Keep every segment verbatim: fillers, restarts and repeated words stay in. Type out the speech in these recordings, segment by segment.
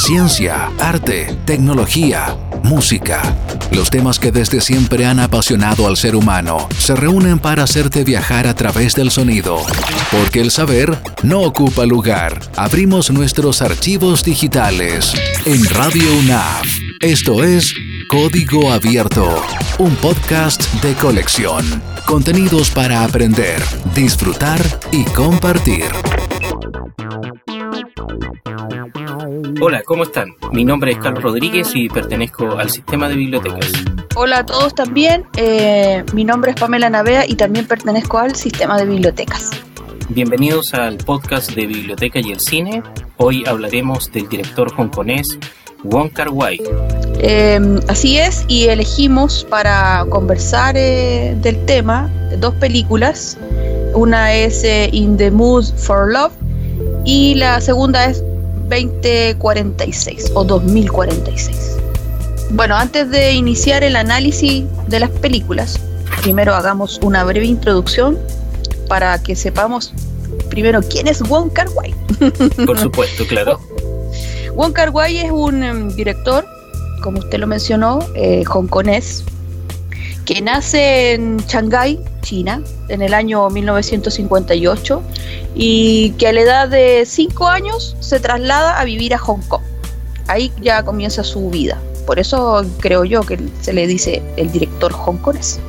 ciencia, arte, tecnología, música. Los temas que desde siempre han apasionado al ser humano se reúnen para hacerte viajar a través del sonido. Porque el saber no ocupa lugar. Abrimos nuestros archivos digitales en Radio UNAV. Esto es Código Abierto, un podcast de colección. Contenidos para aprender, disfrutar y compartir. Hola, ¿cómo están? Mi nombre es Carlos Rodríguez y pertenezco al sistema de bibliotecas. Hola a todos también, eh, mi nombre es Pamela Navea y también pertenezco al sistema de bibliotecas. Bienvenidos al podcast de Biblioteca y el Cine. Hoy hablaremos del director hongkonés Wong Kar-wai. Eh, así es, y elegimos para conversar eh, del tema dos películas. Una es eh, In the Mood for Love y la segunda es veinte cuarenta y seis o dos mil cuarenta y seis. Bueno, antes de iniciar el análisis de las películas, primero hagamos una breve introducción para que sepamos primero quién es Wong Kar-wai. Por supuesto, claro. Wong Kar-wai es un um, director, como usted lo mencionó, eh, hongkonés, que nace en Shanghái, China, en el año mil novecientos cincuenta y ocho y que a la edad de cinco años se traslada a vivir a Hong Kong. Ahí ya comienza su vida. Por eso creo yo que se le dice el director hongkonés,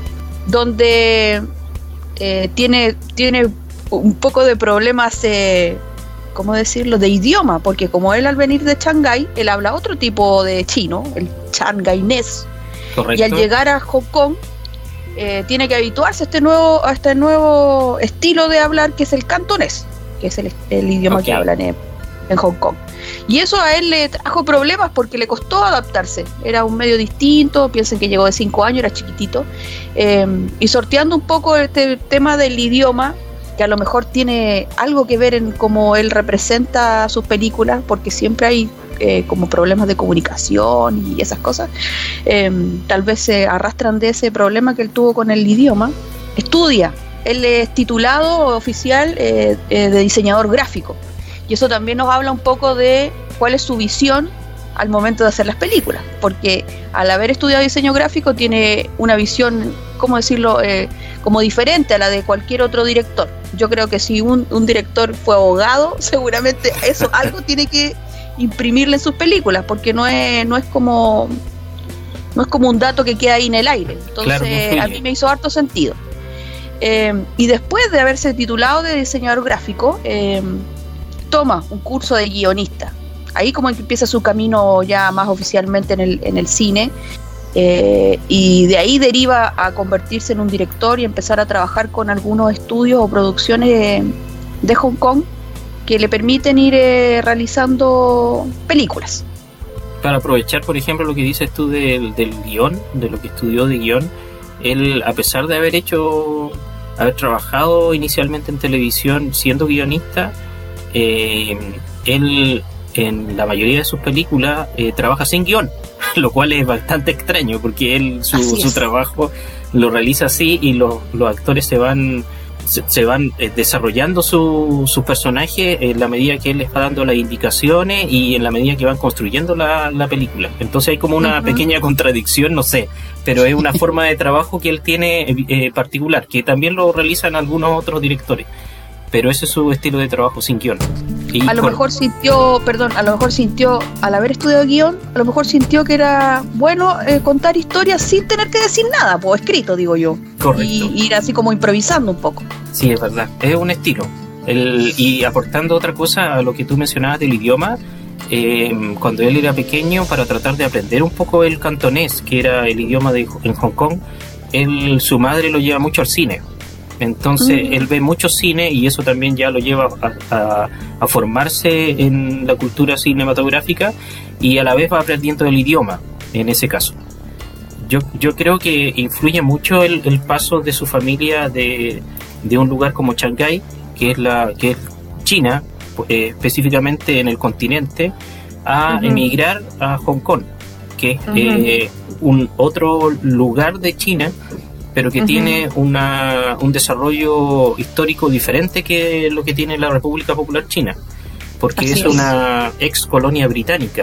donde eh, tiene, tiene un poco de problemas, eh, ¿cómo decirlo?, de idioma, porque como él al venir de Shanghái, él habla otro tipo de chino, el shanghainés. Correcto. Y al llegar a Hong Kong, eh, tiene que habituarse a este nuevo, a este nuevo estilo de hablar, que es el cantonés, que es el, el idioma okay. que hablan en, en Hong Kong. Y eso a él le trajo problemas porque le costó adaptarse. Era un medio distinto, piensen que llegó de cinco años, era chiquitito. Eh, y sorteando un poco este tema del idioma, que a lo mejor tiene algo que ver en cómo él representa sus películas, porque siempre hay eh, como problemas de comunicación y esas cosas, eh, tal vez se arrastran de ese problema que él tuvo con el idioma. Estudia, él es titulado oficial eh, eh, de diseñador gráfico, y eso también nos habla un poco de cuál es su visión al momento de hacer las películas, porque al haber estudiado diseño gráfico tiene una visión, ¿cómo decirlo?, eh, como diferente a la de cualquier otro director. Yo creo que si un, un director fue abogado, seguramente eso algo tiene que imprimirle en sus películas, porque no es, no es como no es como un dato que queda ahí en el aire. Entonces, claro, a mí me hizo harto sentido. Eh, y después de haberse titulado de diseñador gráfico, eh, toma un curso de guionista. Ahí como que empieza su camino ya más oficialmente en el, en el cine, eh, y de ahí deriva a convertirse en un director y empezar a trabajar con algunos estudios o producciones de, de Hong Kong que le permiten ir eh, realizando películas. Para aprovechar, por ejemplo, lo que dices tú del, del guión, de lo que estudió de guión, él, a pesar de haber hecho, haber trabajado inicialmente en televisión siendo guionista, eh, él en la mayoría de sus películas eh, trabaja sin guión, lo cual es bastante extraño porque él su, su trabajo lo realiza así y los, los actores se van se, se van eh, desarrollando su, sus personajes en la medida que él les va dando las indicaciones y en la medida que van construyendo la, la película. Entonces hay como una uh-huh. pequeña contradicción, no sé, pero es una forma de trabajo que él tiene eh, particular, que también lo realizan algunos otros directores. Pero ese es su estilo de trabajo sin guión. Y a lo con... mejor sintió, perdón, a lo mejor sintió, al haber estudiado guión, a lo mejor sintió que era bueno eh, contar historias sin tener que decir nada, pues escrito, digo yo. Correcto. Y ir así como improvisando un poco. Sí, es verdad, es un estilo. El, y aportando otra cosa a lo que tú mencionabas del idioma, eh, cuando él era pequeño, para tratar de aprender un poco el cantonés, que era el idioma de en Hong Kong, él, su madre lo lleva mucho al cine. Entonces mm. él ve mucho cine y eso también ya lo lleva a, a, a formarse en la cultura cinematográfica y a la vez va aprendiendo el idioma en ese caso. Yo, yo creo que influye mucho el, el paso de su familia de, de un lugar como Shanghái, que es, la, que es China, eh, específicamente en el continente, a uh-huh. emigrar a Hong Kong, que es uh-huh. eh, un otro lugar de China, pero que uh-huh. tiene una, un desarrollo histórico diferente que lo que tiene la República Popular China, porque es, es una ex colonia británica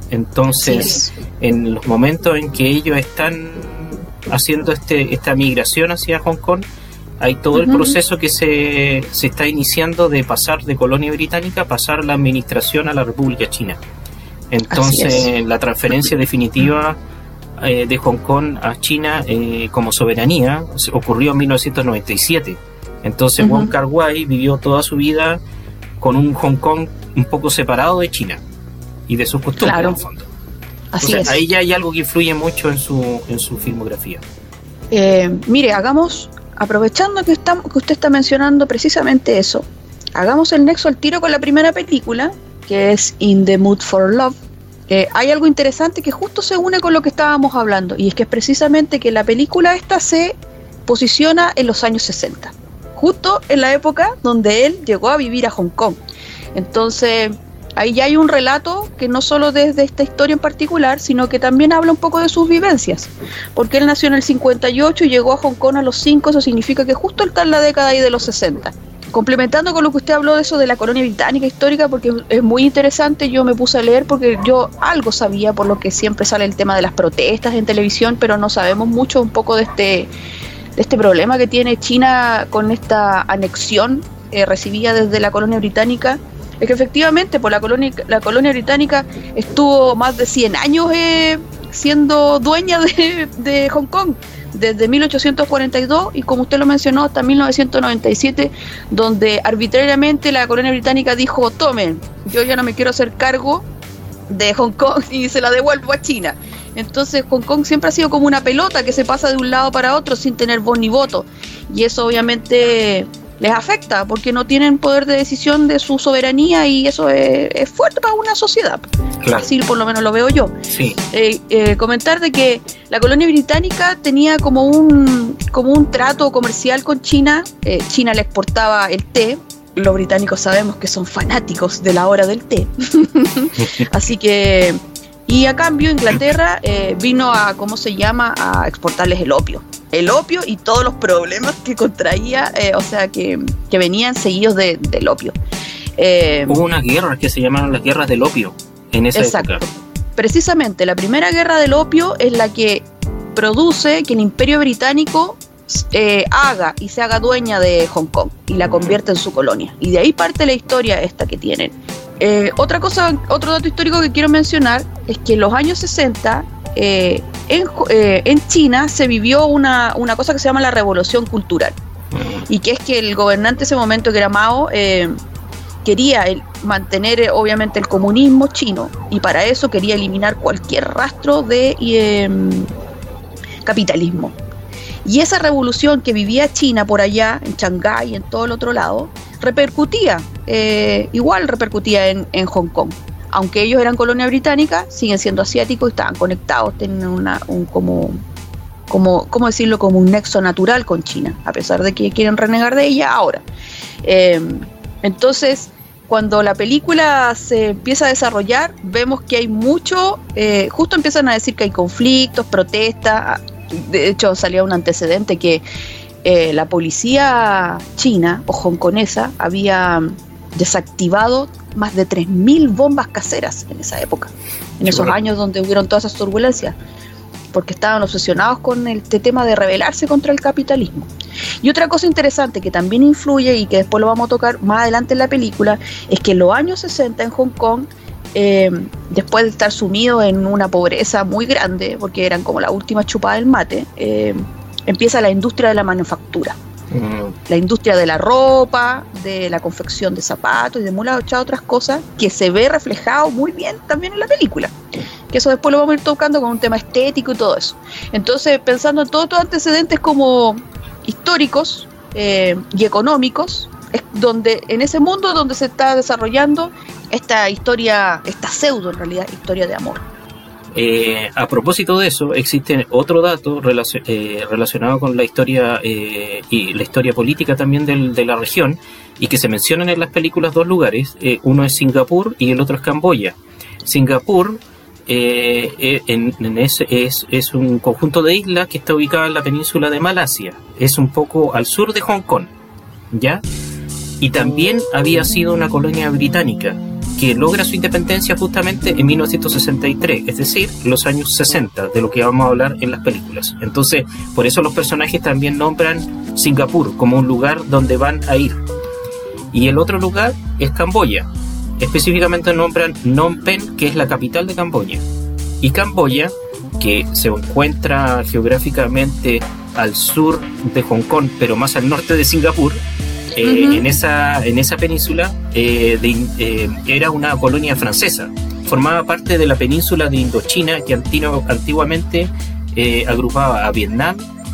Entonces, sí. en los momentos en que ellos están haciendo este esta migración hacia Hong Kong, hay todo uh-huh. el proceso que se, se está iniciando de pasar de colonia británica a pasar la administración a la República China. Entonces, la transferencia definitiva eh, de Hong Kong a China eh, como soberanía ocurrió en mil novecientos noventa y siete. Entonces, uh-huh. Wong Kar-wai vivió toda su vida con un Hong Kong un poco separado de China y de sus costumbres, claro. en el fondo. Así Entonces, es. Ahí ya hay algo que influye mucho en su, en su filmografía. Eh, mire, hagamos, aprovechando que, estamos, que usted está mencionando precisamente eso, hagamos el nexo al tiro con la primera película, que es In the Mood for Love. Eh, hay algo interesante que justo se une con lo que estábamos hablando, y es que es precisamente que la película esta se posiciona en los años sesenta, justo en la época donde él llegó a vivir a Hong Kong. Entonces, ahí ya hay un relato que no solo desde esta historia en particular, sino que también habla un poco de sus vivencias, porque él nació en el cincuenta y ocho y llegó a Hong Kong a los cinco, eso significa que justo está en la década ahí de los sesenta. Complementando con lo que usted habló de eso de la colonia británica histórica, porque es muy interesante, yo me puse a leer porque yo algo sabía, por lo que siempre sale el tema de las protestas en televisión, pero no sabemos mucho un poco de este, de este problema que tiene China con esta anexión eh, recibida desde la colonia británica. Es que efectivamente pues la colonia, la colonia británica estuvo más de cien años eh, siendo dueña de, de Hong Kong, desde mil ochocientos cuarenta y dos y como usted lo mencionó hasta mil novecientos noventa y siete, donde arbitrariamente la colonia británica dijo: tomen, yo ya no me quiero hacer cargo de Hong Kong y se la devuelvo a China. Entonces Hong Kong siempre ha sido como una pelota que se pasa de un lado para otro sin tener voz ni voto, y eso obviamente les afecta porque no tienen poder de decisión de su soberanía, y eso es, es fuerte para una sociedad. Claro. Así por lo menos lo veo yo. Sí. Eh, eh, comentar de que la colonia británica tenía como un, como un trato comercial con China. Eh, China le exportaba el té. Los británicos sabemos que son fanáticos de la hora del té. Así que... Y a cambio Inglaterra eh, vino a, ¿cómo se llama?, a exportarles el opio. El opio y todos los problemas que contraía, eh, o sea, que, que venían seguidos de, del opio. Eh, Hubo unas guerras que se llamaron las guerras del opio en esa exacto. época. Precisamente, la primera guerra del opio es la que produce que el Imperio Británico eh, haga y se haga dueña de Hong Kong y la convierte en su colonia. Y de ahí parte la historia esta que tienen. Eh, otra cosa, otro dato histórico que quiero mencionar es que en los años sesenta eh, en, eh, en China se vivió una, una cosa que se llama la Revolución Cultural, y que es que el gobernante en ese momento, que era Mao, eh, quería el, mantener eh, obviamente el comunismo chino, y para eso quería eliminar cualquier rastro de eh, capitalismo. Y esa revolución que vivía China por allá, en Shanghái y en todo el otro lado, repercutía, eh, igual repercutía en, en Hong Kong. Aunque ellos eran colonia británica, siguen siendo asiáticos y estaban conectados, tienen una, un como, como, ¿cómo decirlo?, como un nexo natural con China, a pesar de que quieren renegar de ella ahora. Eh, entonces, cuando la película se empieza a desarrollar, vemos que hay mucho, eh, justo empiezan a decir que hay conflictos, protestas. De hecho, salía un antecedente que eh, la policía china o hongkonesa había desactivado más de tres mil bombas caseras en esa época, en esos bueno. años donde hubieron todas esas turbulencias, porque estaban obsesionados con este tema de rebelarse contra el capitalismo. Y otra cosa interesante que también influye y que después lo vamos a tocar más adelante en la película, es que en los años sesenta en Hong Kong, Eh, después de estar sumido en una pobreza muy grande, porque eran como la última chupada del mate, eh, empieza la industria de la manufactura, mm. la industria de la ropa, de la confección de zapatos y de muchas otras cosas, que se ve reflejado muy bien también en la película, que eso después lo vamos a ir tocando con un tema estético y todo eso. Entonces, pensando en todos estos antecedentes como históricos eh, y económicos, es donde en ese mundo donde se está desarrollando esta historia, esta pseudo en realidad historia de amor. Eh, a propósito de eso, existe otro dato relacion, eh, relacionado con la historia eh, y la historia política también del, de la región, y que se mencionan en las películas dos lugares. Eh, uno es Singapur y el otro es Camboya. Singapur eh, en, en ese, es, es un conjunto de islas que está ubicado en la península de Malasia. Es un poco al sur de Hong Kong, ¿ya? Y también había sido una colonia británica que logra su independencia justamente en mil novecientos sesenta y tres, es decir, los años sesenta, de lo que vamos a hablar en las películas. Entonces, por eso los personajes también nombran Singapur como un lugar donde van a ir. Y el otro lugar es Camboya. Específicamente nombran Phnom Penh, que es la capital de Camboya. Y Camboya, que se encuentra geográficamente al sur de Hong Kong, pero más al norte de Singapur, eh, uh-huh. en, esa, en esa península eh, de, eh, era una colonia francesa. Formaba parte de la península de Indochina, que antino, antiguamente eh, agrupaba a Vietnam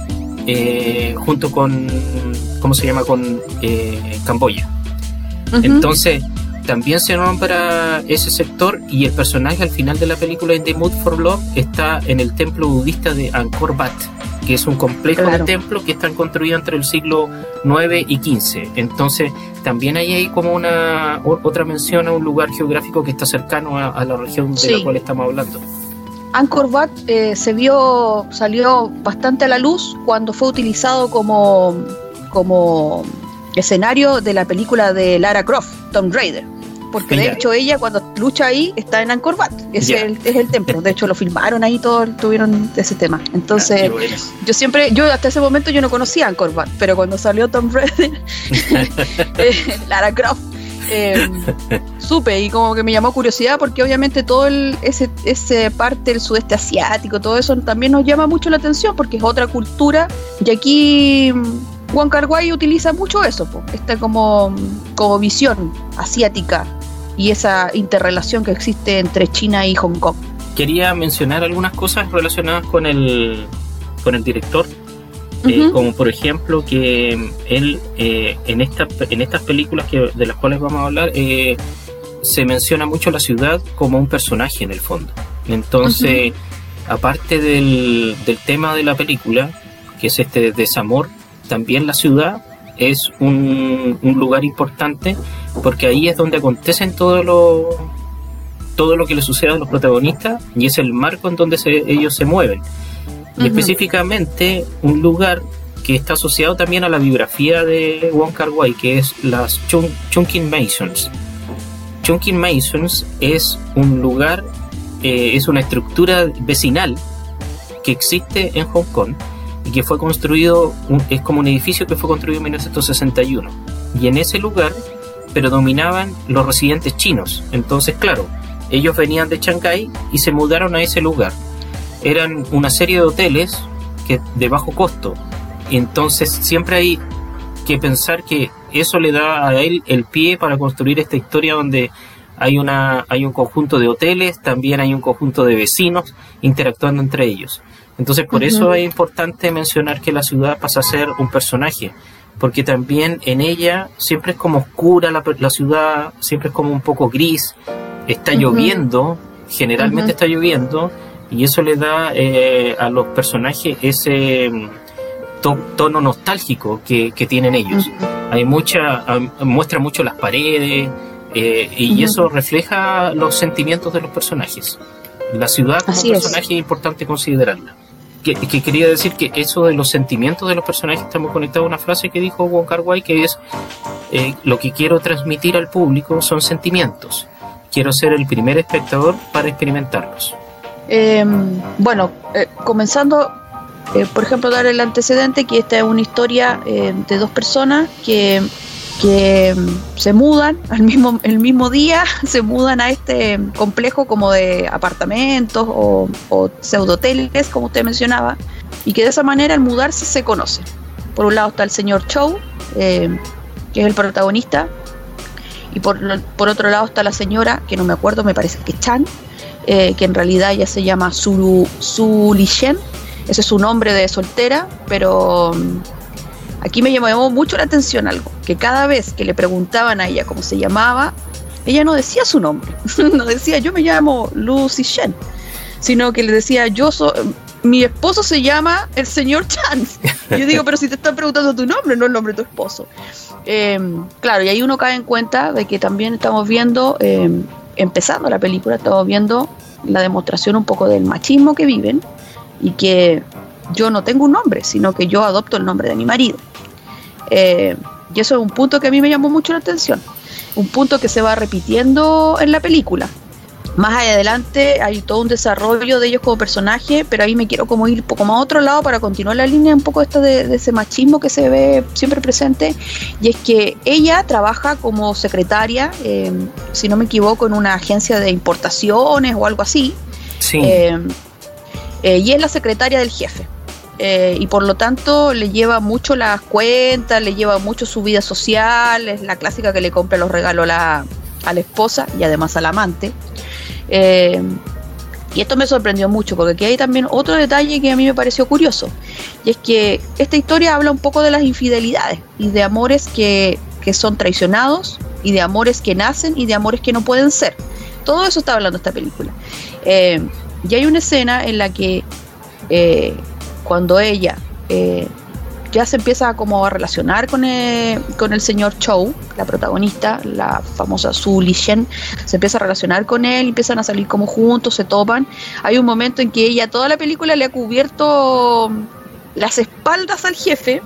eh, junto con, ¿cómo se llama?, con eh, Camboya. Uh-huh. Entonces también se nombra ese sector, y el personaje al final de la película In the Mood for Love está en el templo budista de Angkor Wat, que es un complejo claro. de templos que están construidos entre el siglo nueve y quince. Entonces también hay ahí como una otra mención a un lugar geográfico que está cercano a, a la región de sí. la cual estamos hablando. Angkor Wat eh, se vio, salió bastante a la luz cuando fue utilizado como, como escenario de la película de Lara Croft, Tomb Raider. Porque de yeah. hecho ella cuando lucha ahí está en Angkor Wat, ese yeah. es, el, es el templo. De hecho lo filmaron ahí, todo tuvieron ese tema. Entonces ah, bueno. yo siempre, yo hasta ese momento yo no conocía Angkor Wat, pero cuando salió Tomb Raider, eh, Lara Croft, eh, supe, y como que me llamó curiosidad, porque obviamente todo el, ese, ese parte del sudeste asiático, todo eso también nos llama mucho la atención, porque es otra cultura, y aquí Wong Kar-wai utiliza mucho eso, po, esta como, como visión asiática y esa interrelación que existe entre China y Hong Kong. Quería mencionar algunas cosas relacionadas con el, con el director, uh-huh. eh, como por ejemplo que él eh, en, esta, en estas películas que, de las cuales vamos a hablar, eh, se menciona mucho la ciudad como un personaje en el fondo. Entonces, uh-huh. aparte del, del tema de la película, que es este desamor, también la ciudad es un, un lugar importante, porque ahí es donde acontecen todo lo todo lo que le sucede a los protagonistas, y es el marco en donde se, ellos se mueven. Y uh-huh. específicamente un lugar que está asociado también a la biografía de Wong Kar-wai, que es las Chung, Chungking Mansions. Chungking Mansions es un lugar, eh, es una estructura vecinal que existe en Hong Kong, y que fue construido, un, es como un edificio que fue construido en mil novecientos sesenta y uno, y en ese lugar predominaban los residentes chinos. Entonces, claro, ellos venían de Shanghái y se mudaron a ese lugar. Eran una serie de hoteles que de bajo costo, y entonces siempre hay que pensar que eso le da a él el pie para construir esta historia donde hay, una, hay un conjunto de hoteles, también hay un conjunto de vecinos interactuando entre ellos. Entonces por uh-huh. eso es importante mencionar que la ciudad pasa a ser un personaje, porque también en ella siempre es como oscura la, la ciudad, siempre es como un poco gris, está uh-huh. lloviendo, generalmente uh-huh. está lloviendo, y eso le da eh, a los personajes ese to, tono nostálgico que, que tienen ellos. Uh-huh. Hay mucha, muestra mucho las paredes, eh, y uh-huh. eso refleja los sentimientos de los personajes. La ciudad como Así personaje es. es importante considerarla. Que, que quería decir que eso de los sentimientos de los personajes, estamos conectados a una frase que dijo Wong Kar-wai, que es eh, lo que quiero transmitir al público son sentimientos, quiero ser el primer espectador para experimentarlos. Eh, bueno, eh, comenzando eh, por ejemplo, dar el antecedente, que esta es una historia eh, de dos personas que que se mudan al mismo el mismo día, se mudan a este complejo como de apartamentos o, o pseudoteles, como usted mencionaba, y que de esa manera al mudarse se conocen. Por un lado está el señor Chow, eh, que es el protagonista, y por, por otro lado está la señora, que no me acuerdo, me parece que Chan, eh, que en realidad ella se llama Su, Su Li Shen, ese es su nombre de soltera, pero aquí me llamó mucho la atención algo, que cada vez que le preguntaban a ella cómo se llamaba, ella no decía su nombre, no decía yo me llamo Lucy Shen, sino que le decía yo soy, mi esposo se llama el señor Chan. Y yo digo, pero si te están preguntando tu nombre, no el nombre de tu esposo. Eh, claro, y ahí uno cae en cuenta de que también estamos viendo, eh, empezando la película, estamos viendo la demostración un poco del machismo que viven, y que yo no tengo un nombre, sino que yo adopto el nombre de mi marido. Eh, y eso es un punto que a mí me llamó mucho la atención. un punto que se va repitiendo en la película. Más adelante hay todo un desarrollo de ellos como personaje, pero ahí me quiero como ir como a otro lado para continuar la línea un poco esta de, de ese machismo que se ve siempre presente, y es que ella trabaja como secretaria, eh, si no me equivoco, en una agencia de importaciones o algo así, Sí. eh, eh, y es la secretaria del jefe. Eh, y por lo tanto le lleva mucho las cuentas, le lleva mucho su vida social, es la clásica que le compra los regalos a la, a la esposa y además al amante. Eh, y esto me sorprendió mucho porque aquí hay también otro detalle que a mí me pareció curioso, y es que esta historia habla un poco de las infidelidades y de amores que, que son traicionados, y de amores que nacen y de amores que no pueden ser. Todo eso está hablando esta película. Eh, y hay una escena en la que eh, cuando ella eh, ya se empieza como a relacionar con el, con el señor Chow, la protagonista, la famosa Su Li Shen, se empieza a relacionar con él, empiezan a salir como juntos, se topan. Hay un momento en que ella toda la película le ha cubierto las espaldas al jefe,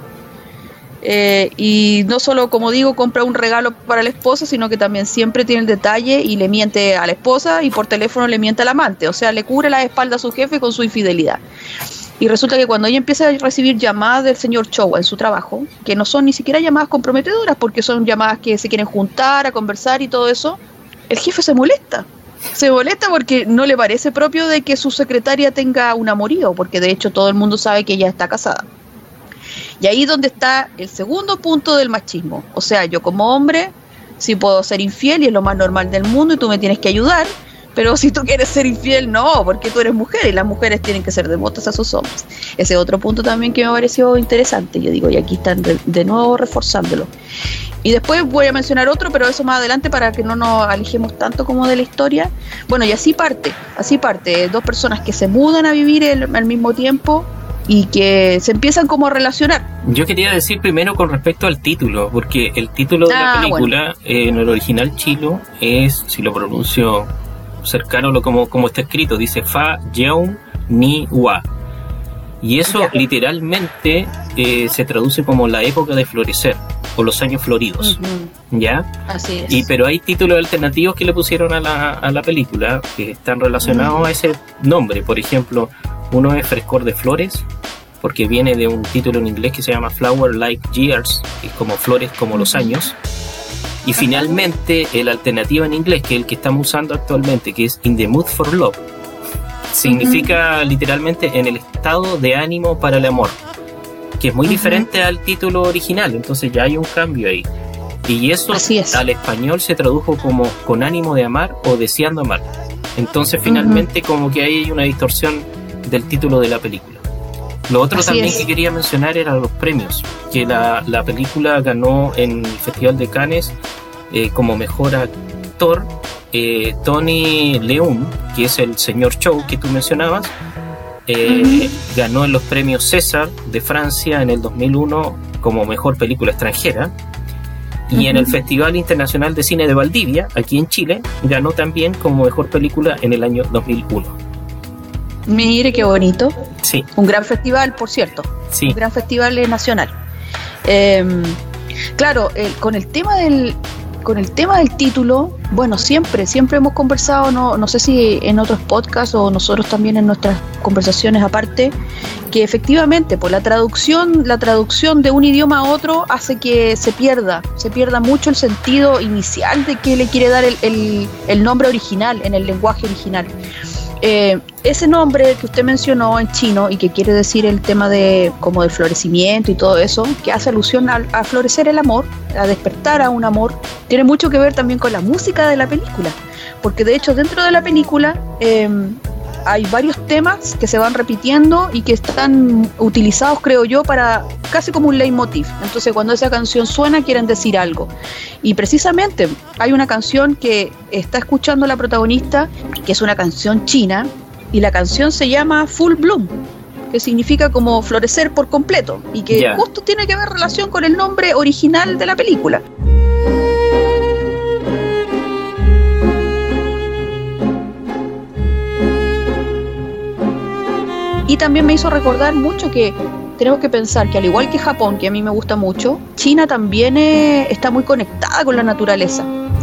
eh, y no solo, como digo, compra un regalo para la esposa, sino que también siempre tiene el detalle y le miente a la esposa y por teléfono le miente al amante, o sea, le cubre la espalda a su jefe con su infidelidad. Y resulta que cuando ella empieza a recibir llamadas del señor Chow en su trabajo, que no son ni siquiera llamadas comprometedoras, porque son llamadas que se quieren juntar, a conversar y todo eso, el jefe se molesta. Se molesta porque no le parece propio de que su secretaria tenga un amorío, porque de hecho todo el mundo sabe que ella está casada. Y ahí es donde está el segundo punto del machismo. O sea, yo como hombre sí puedo ser infiel y es lo más normal del mundo y tú me tienes que ayudar. Pero si tú quieres ser infiel, no, porque tú eres mujer y las mujeres tienen que ser devotas a sus hombres. Ese otro punto también que me pareció interesante. Yo digo, y aquí están de, de nuevo reforzándolo. Y después voy a mencionar otro, pero eso más adelante para que no nos alejemos tanto como de la historia. Bueno, y así parte, así parte. Dos personas que se mudan a vivir el, al mismo tiempo y que se empiezan como a relacionar. Yo quería decir primero con respecto al título, porque el título de Ah, la película, bueno. eh, en el original chilo, es, si lo pronuncio cercano a lo como, como está escrito, dice Fa Yeon Ni Wa. Y eso Ya. literalmente eh, se traduce como la época de florecer, o los años floridos. Uh-huh. ¿Ya? Así es. Y pero hay títulos alternativos que le pusieron a la, a la película que están relacionados Mm. a ese nombre. Por ejemplo, uno es Frescor de Flores, porque viene de un título en inglés que se llama Flower Like Years, que es como flores como los años. Y finalmente el alternativo en inglés, que es el que estamos usando actualmente, que es In the Mood for Love, significa uh-huh. literalmente en el estado de ánimo para el amor, que es muy uh-huh. diferente al título original. Entonces ya hay un cambio ahí. Y eso al español se tradujo como con ánimo de amar o deseando amar. Entonces finalmente uh-huh. como que ahí hay una distorsión del título de la película. Lo otro Así también es. que quería mencionar eran los premios, que la, la película ganó en el Festival de Cannes eh, como mejor actor eh, Tony Leung, que es el señor Chow que tú mencionabas, eh, uh-huh. ganó en los premios César de Francia en el dos mil uno como mejor película extranjera, y uh-huh. en el Festival Internacional de Cine de Valdivia, aquí en Chile, ganó también como mejor película en el año dos mil uno. Mire qué bonito. Sí. Un gran festival, por cierto. Sí. Un gran festival nacional. Eh, claro, el, con el tema del con el tema del título, bueno, siempre, siempre hemos conversado, no, no sé si en otros podcasts o nosotros también en nuestras conversaciones aparte, que efectivamente, pues la traducción, la traducción de un idioma a otro hace que se pierda, se pierda mucho el sentido inicial de que le quiere dar el, el, el nombre original, en el lenguaje original. Eh, ese nombre que usted mencionó en chino y que quiere decir el tema de como del florecimiento y todo eso, que hace alusión a, a florecer el amor, a despertar a un amor, tiene mucho que ver también con la música de la película, porque de hecho dentro de la película eh, hay varios temas que se van repitiendo y que están utilizados, creo yo, para casi como un leitmotiv. Entonces cuando esa canción suena quieren decir algo, y precisamente hay una canción que está escuchando la protagonista, que es una canción china, y la canción se llama Full Bloom, que significa como florecer por completo, y que yeah. justo tiene que ver relación con el nombre original de la película. Y también me hizo recordar mucho que tenemos que pensar que al igual que Japón, que a mí me gusta mucho, China también eh, está muy conectada con la naturaleza.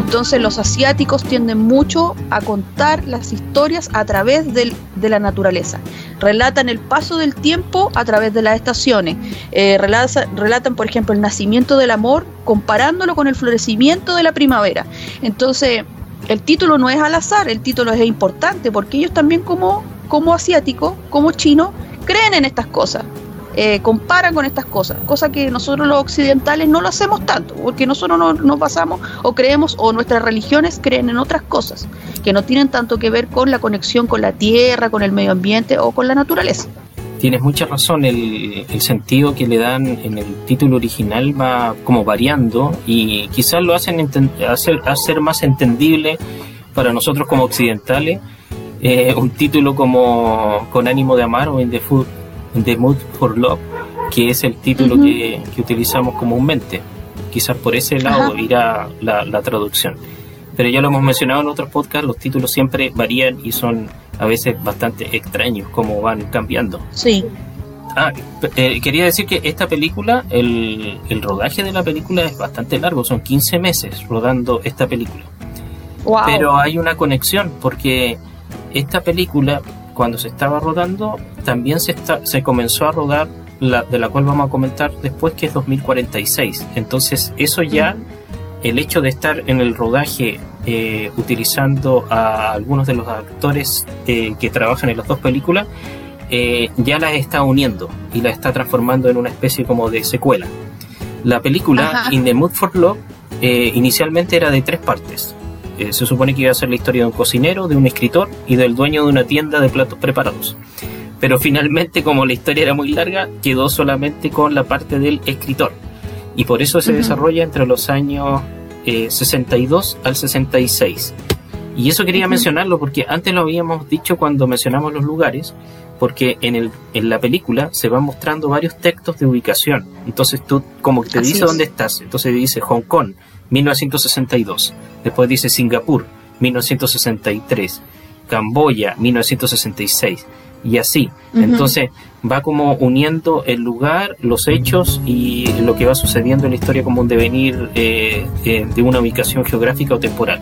Entonces los asiáticos tienden mucho a contar las historias a través del, de la naturaleza. Relatan el paso del tiempo a través de las estaciones. Eh, relatan, relatan, por ejemplo, el nacimiento del amor comparándolo con el florecimiento de la primavera. Entonces, el título no es al azar, el título es importante porque ellos también como, como asiáticos, como chinos, creen en estas cosas. Eh, comparan con estas cosas, cosas que nosotros los occidentales no lo hacemos tanto, porque nosotros no, nos basamos o creemos, o nuestras religiones creen en otras cosas, que no tienen tanto que ver con la conexión con la tierra, con el medio ambiente o con la naturaleza. Tienes mucha razón, el, el sentido que le dan en el título original va como variando y quizás lo hacen enten- hacer, hacer más entendible para nosotros como occidentales, eh, un título como Con ánimo de amar o In the Food The Mood for Love, que es el título uh-huh. que, que utilizamos comúnmente. Quizás por ese lado uh-huh. irá la, la traducción. Pero ya lo hemos mencionado en otros podcasts, los títulos siempre varían y son a veces bastante extraños como van cambiando. Sí. Ah, eh, quería decir que esta película, el, el rodaje de la película es bastante largo, son quince meses rodando esta película. Wow. Pero hay una conexión porque esta película, cuando se estaba rodando, también se, está, se comenzó a rodar, la, de la cual vamos a comentar después, que es dos mil cuarenta y seis. Entonces eso ya, el hecho de estar en el rodaje eh, utilizando a algunos de los actores eh, que trabajan en las dos películas, eh, ya las está uniendo y la está transformando en una especie como de secuela. La película Ajá. In the Mood for Love eh, inicialmente era de tres partes. Eh, se supone que iba a ser la historia de un cocinero, de un escritor y del dueño de una tienda de platos preparados. Pero finalmente, como la historia era muy larga, quedó solamente con la parte del escritor. Y por eso se uh-huh. desarrolla entre los años eh, sesenta y dos al sesenta y seis. Y eso quería uh-huh. mencionarlo porque antes lo habíamos dicho cuando mencionamos los lugares, porque en, el, en la película se van mostrando varios textos de ubicación. Entonces tú como que te Así dice es. dónde estás. Entonces dice Hong Kong, mil novecientos sesenta y dos. Después dice Singapur, mil novecientos sesenta y tres. Camboya, mil novecientos sesenta y seis. Y así. Uh-huh. Entonces va como uniendo el lugar, los hechos y lo que va sucediendo en la historia como un devenir eh, eh, de una ubicación geográfica o temporal.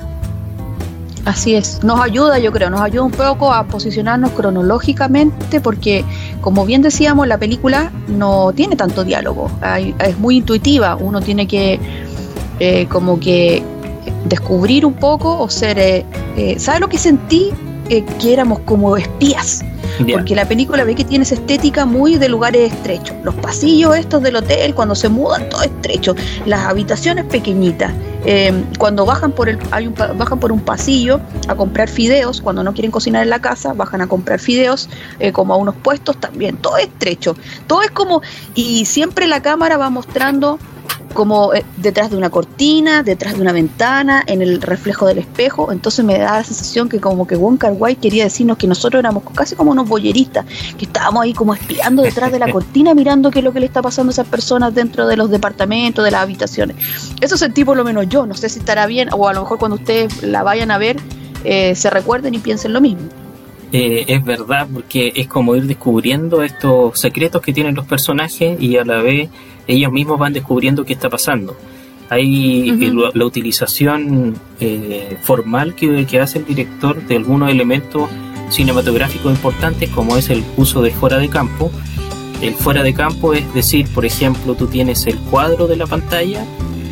Así es, nos ayuda, yo creo, nos ayuda un poco a posicionarnos cronológicamente porque, como bien decíamos, la película no tiene tanto diálogo, hay, es muy intuitiva, uno tiene que eh, como que descubrir un poco o ser, eh, eh, ¿sabes lo que sentí? Eh, que éramos como espías. Yeah. Porque la película ve que tiene esa estética muy de lugares estrechos. Los pasillos estos del hotel, cuando se mudan, todo estrecho. Las habitaciones pequeñitas. Eh, cuando bajan por el hay un, bajan por un pasillo a comprar fideos, cuando no quieren cocinar en la casa, bajan a comprar fideos, eh, como a unos puestos también. Todo estrecho. Todo es como... Y siempre la cámara va mostrando como eh, detrás de una cortina, detrás de una ventana, en el reflejo del espejo. Entonces me da la sensación que como que Wong Kar-wai quería decirnos que nosotros éramos casi como unos voyeristas, que estábamos ahí como espiando detrás de la cortina, mirando qué es lo que le está pasando a esas personas dentro de los departamentos, de las habitaciones. Eso sentí por lo menos yo, no sé si estará bien, o a lo mejor cuando ustedes la vayan a ver eh, se recuerden y piensen lo mismo. Eh, es verdad, porque es como ir descubriendo estos secretos que tienen los personajes y a la vez ellos mismos van descubriendo qué está pasando. Hay uh-huh. el, la utilización eh, formal que, que hace el director de algunos elementos cinematográficos importantes, como es el uso de fuera de campo. El fuera de campo es decir, por ejemplo, tú tienes el cuadro de la pantalla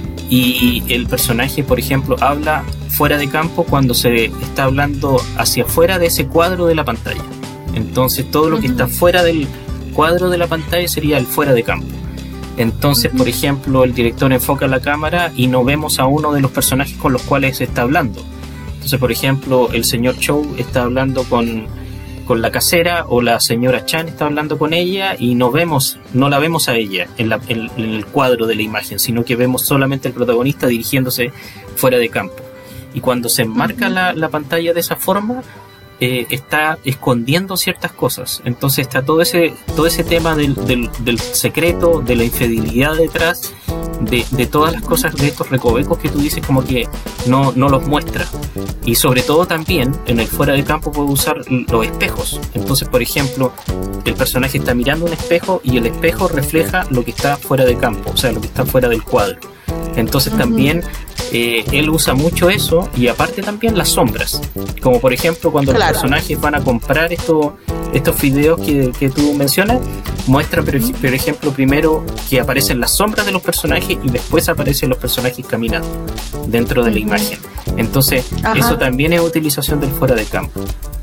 y el personaje, por ejemplo, habla fuera de campo cuando se está hablando hacia afuera de ese cuadro de la pantalla. Entonces todo lo que está fuera del cuadro de la pantalla sería el fuera de campo. Entonces, por ejemplo, el director enfoca la cámara y no vemos a uno de los personajes con los cuales se está hablando. Entonces, por ejemplo, el señor Chow está hablando con, con la casera, o la señora Chan está hablando con ella y no vemos, no la vemos a ella en, la, en, en el cuadro de la imagen, sino que vemos solamente al protagonista dirigiéndose fuera de campo. Y cuando se enmarca uh-huh. la, la pantalla de esa forma, eh, está escondiendo ciertas cosas. Entonces está todo ese todo ese tema del, del, del secreto, de la infidelidad detrás, de, de todas las cosas, de estos recovecos que tú dices como que no, no los muestra. Y sobre todo también en el fuera de campo puede usar los espejos. Entonces, por ejemplo, el personaje está mirando un espejo y el espejo refleja lo que está fuera de campo, o sea, lo que está fuera del cuadro. Entonces uh-huh. también eh, él usa mucho eso, y aparte también las sombras, como por ejemplo cuando claro. los personajes van a comprar estos estos videos que, que tú mencionas, muestra por, por ejemplo primero que aparecen las sombras de los personajes y después aparecen los personajes caminando dentro de la imagen. Entonces Ajá. eso también es utilización del fuera de campo.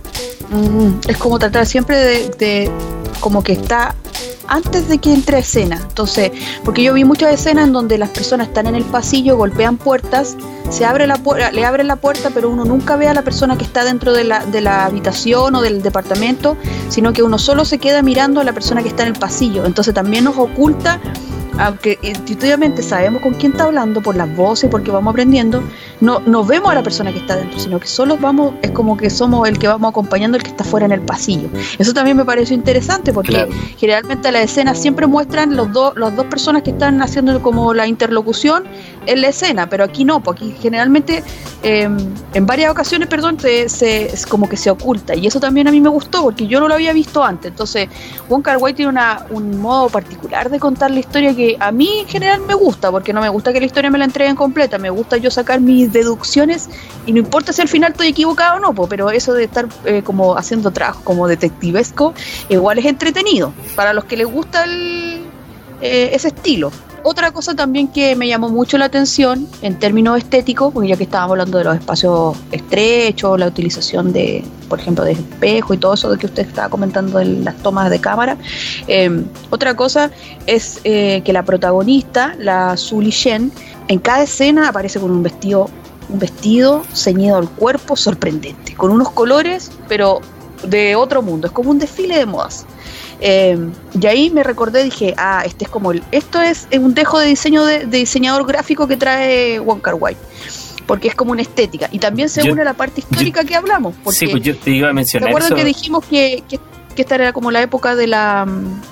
Mm, es como tratar siempre de, de como que está antes de que entre a escena. Entonces, porque yo vi muchas escenas en donde las personas están en el pasillo, golpean puertas, se abre la puerta, le abren la puerta, pero uno nunca ve a la persona que está dentro de la, de la habitación o del departamento, sino que uno solo se queda mirando a la persona que está en el pasillo. Entonces también nos oculta, aunque intuitivamente sabemos con quién está hablando por las voces, porque vamos aprendiendo, no, no vemos a la persona que está dentro, sino que solo vamos, es como que somos el que vamos acompañando el que está fuera en el pasillo. Eso también me pareció interesante, porque claro. generalmente las escenas siempre muestran los dos, las dos personas que están haciendo como la interlocución en la escena, pero aquí no, porque aquí generalmente eh, en varias ocasiones, perdón, se, se, es como que se oculta, y eso también a mí me gustó, porque yo no lo había visto antes. Entonces Wong Kar-wai tiene una, un modo particular de contar la historia que a mí en general me gusta, porque no me gusta que la historia me la entreguen completa, me gusta yo sacar mis deducciones, y no importa si al final estoy equivocado o no, po, pero eso de estar eh, como haciendo trabajo como detectivesco, igual es entretenido, para los que les gusta el, eh, ese estilo. Otra cosa también que me llamó mucho la atención en términos estéticos, porque ya que estábamos hablando de los espacios estrechos, la utilización de, por ejemplo, de espejo y todo eso de que usted estaba comentando en las tomas de cámara, eh, otra cosa es eh, que la protagonista, la Su Li-shen, en cada escena aparece con un vestido, un vestido ceñido al cuerpo sorprendente, con unos colores, pero de otro mundo, es como un desfile de modas. Eh, y ahí me recordé, dije, ah, este es como el, esto es un dejo de diseño de, de diseñador gráfico que trae Wong Kar-wai, porque es como una estética, y también se yo, une a la parte histórica yo, que hablamos, porque sí, pues yo te iba a mencionar. ¿te acuerdas eso? Que dijimos que, que, que esta era como la época de la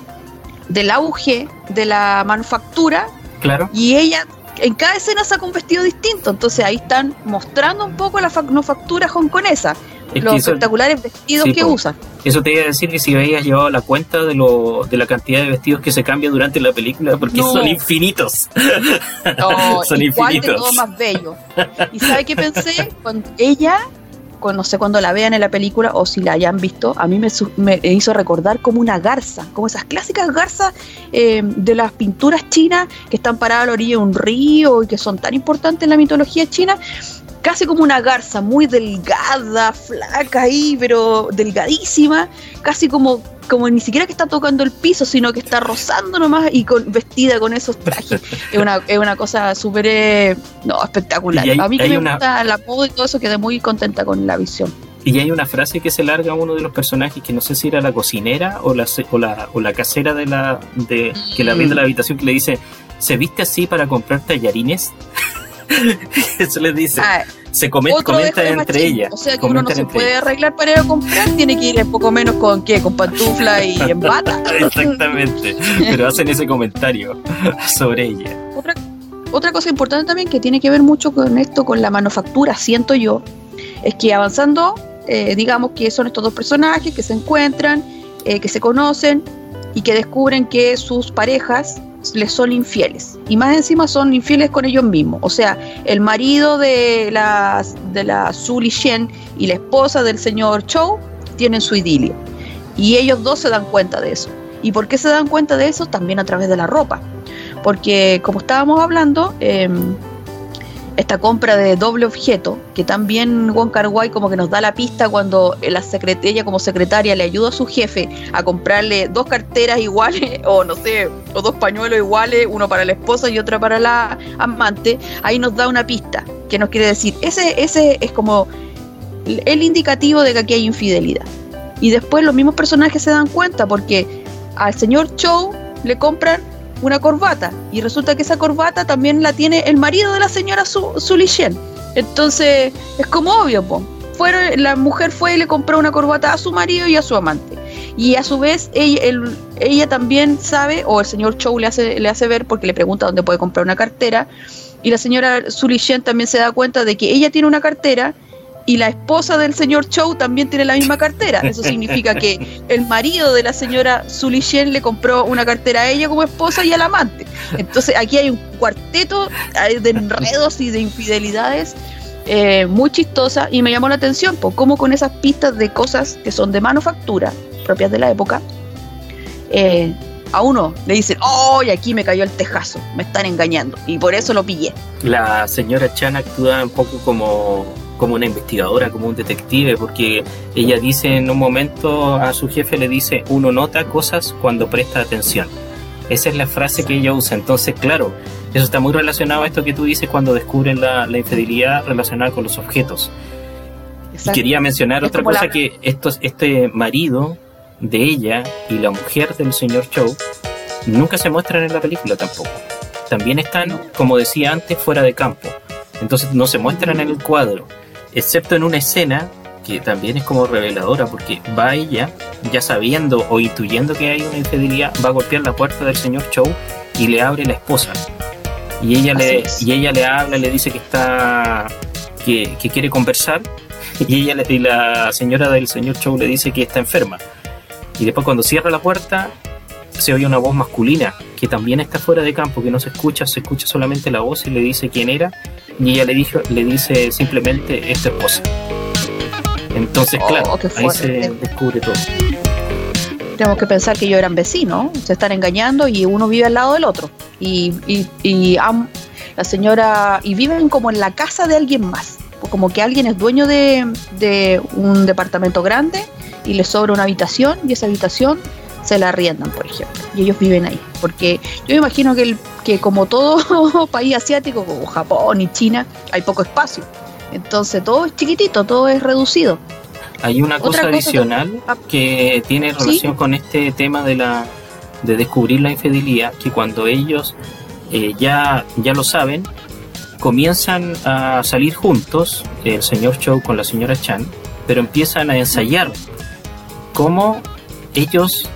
del auge de la manufactura? Claro. Y ella en cada escena saca un vestido distinto, entonces ahí están mostrando un poco la manufactura hongkonesa, es los eso, espectaculares vestidos sí, que po, usan. Eso te iba a decir, que si habías llevado la cuenta de lo de la cantidad de vestidos que se cambian durante la película, porque no. son infinitos. No, son igual infinitos. De todo más bello. ¿Y sabe qué pensé? Cuando ella, cuando, no sé cuando la vean en la película o si la hayan visto, a mí me, me hizo recordar como una garza, como esas clásicas garzas eh, de las pinturas chinas que están paradas a la orilla de un río y que son tan importantes en la mitología china. Casi como una garza, muy delgada, flaca ahí, pero delgadísima, casi como, como ni siquiera que está tocando el piso, sino que está rozando nomás y con, vestida con esos trajes. Es una, es una cosa súper eh, no, espectacular. Hay, a mí que me una... gusta la moda y todo eso, quedé muy contenta con la visión. Y hay una frase que se larga a uno de los personajes, que no sé si era la cocinera o la, o la, o la casera de la de que la rienda de la habitación, que le dice, ¿se viste así para comprar tallarines? Eso les dice. Ah, se comenta, comenta entre ellas. O sea que uno no se puede ellas. arreglar para ir a comprar, tiene que ir un poco menos con ¿qué? Con pantufla y en bata. Exactamente. Pero hacen ese comentario sobre ella. Otra, otra cosa importante también que tiene que ver mucho con esto, con la manufactura, siento yo, es que avanzando, eh, digamos que son estos dos personajes que se encuentran, eh, que se conocen y que descubren que sus parejas les son infieles, y más encima son infieles con ellos mismos. O sea, el marido de la, de la Su Li-shen y la esposa del señor Chow tienen su idilio, y ellos dos se dan cuenta de eso. ¿Y por qué se dan cuenta de eso? También a través de la ropa, porque como estábamos hablando, eh, esta compra de doble objeto, que también Wong Kar-wai como que nos da la pista cuando la secret- ella como secretaria le ayuda a su jefe a comprarle dos carteras iguales, o no sé, o dos pañuelos iguales, uno para la esposa y otra para la amante. Ahí nos da una pista que nos quiere decir, ese, ese es como el indicativo de que aquí hay infidelidad. Y después los mismos personajes se dan cuenta, porque al señor Chow le compran una corbata, y resulta que esa corbata también la tiene el marido de la señora Su, Su Li-shen. Entonces es como obvio, po. Fueron, la mujer fue y le compró una corbata a su marido y a su amante, y a su vez ella, el, ella también sabe, o el señor Chow le hace, le hace ver, porque le pregunta dónde puede comprar una cartera, y la señora Su Li-shen también se da cuenta de que ella tiene una cartera y la esposa del señor Chow también tiene la misma cartera. Eso significa que el marido de la señora Sully Shen le compró una cartera a ella como esposa y al amante. Entonces aquí hay un cuarteto de enredos y de infidelidades eh, muy chistosa, y me llamó la atención, pues, cómo con esas pistas de cosas que son de manufactura, propias de la época, eh, a uno le dicen, ¡oh! Y aquí me cayó el tejazo, me están engañando, y por eso lo pillé. La señora Chan actúa un poco como, como una investigadora, como un detective, porque ella dice en un momento a su jefe, le dice, uno nota cosas cuando presta atención. Esa es la frase que ella usa. Entonces, claro, eso está muy relacionado a esto que tú dices cuando descubren la, la infidelidad relacionada con los objetos. Exacto. Y quería mencionar es otra cosa, la... que estos, este marido de ella y la mujer del señor Chow nunca se muestran en la película tampoco. También están, como decía antes, fuera de campo. Entonces no se muestran en el cuadro, excepto en una escena que también es como reveladora, porque va ella, ya sabiendo o intuyendo que hay una infidelidad, va a golpear la puerta del señor Chow y le abre la esposa. Y ella, le, y ella le habla, le dice que está que, que quiere conversar, y, ella, y la señora del señor Chow le dice que está enferma. Y después cuando cierra la puerta se oye una voz masculina que también está fuera de campo, que no se escucha, se escucha solamente la voz, y le dice quién era, y ella le, dijo, le dice simplemente es tu esposa. Entonces, claro, oh, ahí se descubre todo. Tenemos que pensar que ellos eran vecinos, se están engañando y uno vive al lado del otro. Y, y, y um, la señora, y viven como en la casa de alguien más. Como que alguien es dueño de, de un departamento grande y le sobra una habitación, y esa habitación se la arriendan, por ejemplo. Y ellos viven ahí. Porque yo me imagino que, el, que como todo país asiático, como Japón y China, hay poco espacio. Entonces todo es chiquitito, todo es reducido. Hay una cosa, cosa adicional que tiene relación ¿sí? con este tema de la de descubrir la infidelidad, que cuando ellos eh, ya, ya lo saben, comienzan a salir juntos, el señor Chow con la señora Chan, pero empiezan a ensayar cómo ellos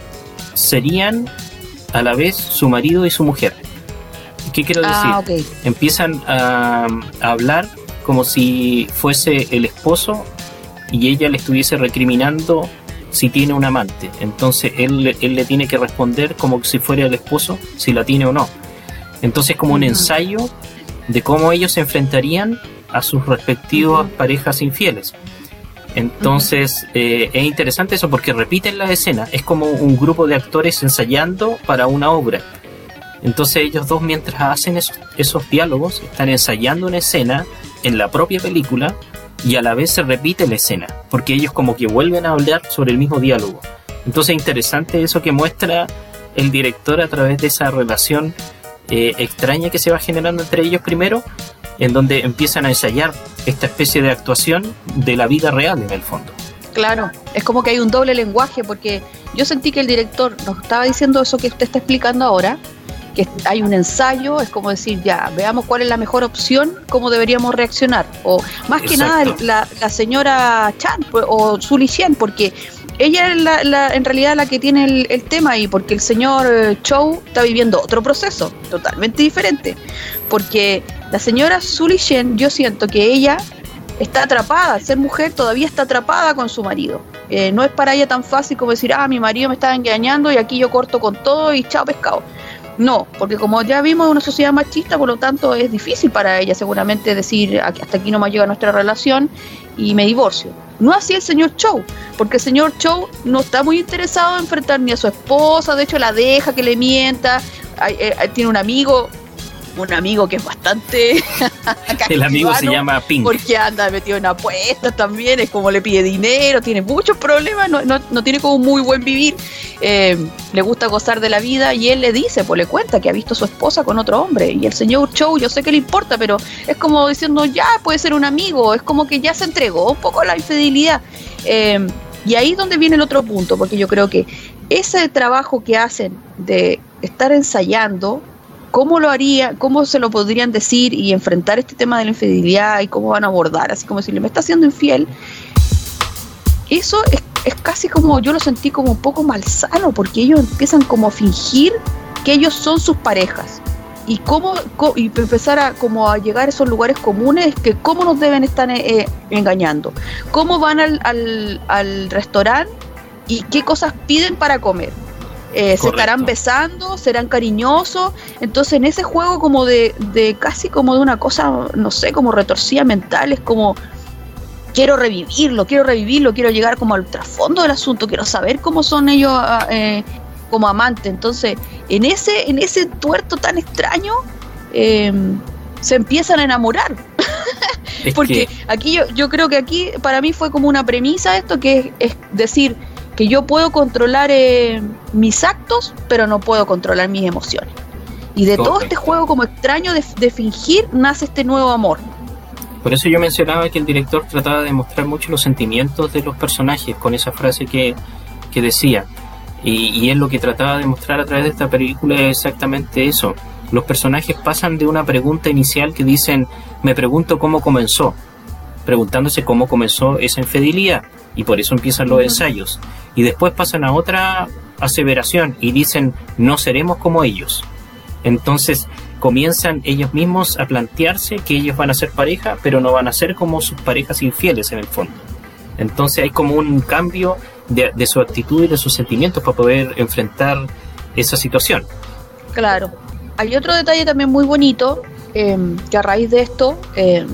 serían a la vez su marido y su mujer. ¿Qué quiero decir? Ah, okay. Empiezan a, a hablar como si fuese el esposo y ella le estuviese recriminando si tiene un amante. Entonces él, él le tiene que responder como si fuera el esposo, si la tiene o no. Entonces como uh-huh. un ensayo de cómo ellos se enfrentarían a sus respectivas uh-huh. parejas infieles. Entonces uh-huh. eh, es interesante eso porque repiten la escena. Es como un grupo de actores ensayando para una obra. Entonces ellos dos, mientras hacen esos, esos diálogos, están ensayando una escena en la propia película, y a la vez se repite la escena, porque ellos como que vuelven a hablar sobre el mismo diálogo. Entonces es interesante eso que muestra el director a través de esa relación eh, extraña que se va generando entre ellos primero, en donde empiezan a ensayar esta especie de actuación de la vida real en el fondo. Claro, es como que hay un doble lenguaje, porque yo sentí que el director nos estaba diciendo eso que usted está explicando ahora, que hay un ensayo, es como decir, ya, veamos cuál es la mejor opción, cómo deberíamos reaccionar. O más que Exacto. nada la, la señora Chan o Sully Shen, porque ella es la, la, en realidad la que tiene el, el tema ahí, porque el señor Chow está viviendo otro proceso totalmente diferente. Porque la señora Sully Shen, yo siento que ella está atrapada, al ser mujer todavía está atrapada con su marido. Eh, no es para ella tan fácil como decir, ah, mi marido me está engañando y aquí yo corto con todo y chao pescado. No, porque como ya vimos, es una sociedad machista, por lo tanto es difícil para ella seguramente decir hasta aquí nomás llega nuestra relación y me divorcio. No así el señor Chow, porque el señor Chow no está muy interesado en enfrentar ni a su esposa, de hecho la deja que le mienta, tiene un amigo, un amigo que es bastante el amigo se llama Pink, porque anda metido en apuestas también, es como le pide dinero, tiene muchos problemas, no, no, no tiene como muy buen vivir, eh, le gusta gozar de la vida, y él le dice, pues le cuenta que ha visto a su esposa con otro hombre, y el señor Chow, yo sé que le importa, pero es como diciendo, ya puede ser un amigo, es como que ya se entregó un poco a la infidelidad, eh, y ahí es donde viene el otro punto, porque yo creo que ese trabajo que hacen de estar ensayando, ¿cómo lo haría? ¿Cómo se lo podrían decir y enfrentar este tema de la infidelidad y cómo van a abordar? Así como decirle, me está haciendo infiel. Eso es, es casi como, yo lo sentí como un poco malsano, porque ellos empiezan como a fingir que ellos son sus parejas. y cómo, co- y empezar a como a llegar a esos lugares comunes, que cómo nos deben estar eh, engañando, cómo van al, al, al restaurante y qué cosas piden para comer. Eh, se estarán besando, serán cariñosos. Entonces en ese juego como de, de casi como de una cosa, no sé, como retorcida mental, es como quiero revivirlo, quiero revivirlo, quiero llegar como al trasfondo del asunto, quiero saber cómo son ellos eh, como amantes. Entonces en ese, en ese tuerto tan extraño eh, se empiezan a enamorar. Porque que... aquí yo, yo creo que aquí para mí fue como una premisa esto, que es, es decir que yo puedo controlar eh, mis actos, pero no puedo controlar mis emociones. Y de Correcto. Todo este juego como extraño de, de fingir, nace este nuevo amor. Por eso yo mencionaba que el director trataba de mostrar mucho los sentimientos de los personajes, con esa frase que, que decía. Y, y él lo que trataba de mostrar a través de esta película es exactamente eso. Los personajes pasan de una pregunta inicial que dicen, me pregunto cómo comenzó, preguntándose cómo comenzó esa infidelidad, y por eso empiezan los uh-huh. ensayos. Y después pasan a otra aseveración y dicen, no seremos como ellos. Entonces comienzan ellos mismos a plantearse que ellos van a ser pareja, pero no van a ser como sus parejas infieles en el fondo. Entonces hay como un cambio de, de su actitud y de sus sentimientos para poder enfrentar esa situación. Claro. Hay otro detalle también muy bonito, eh, que a raíz de esto eh,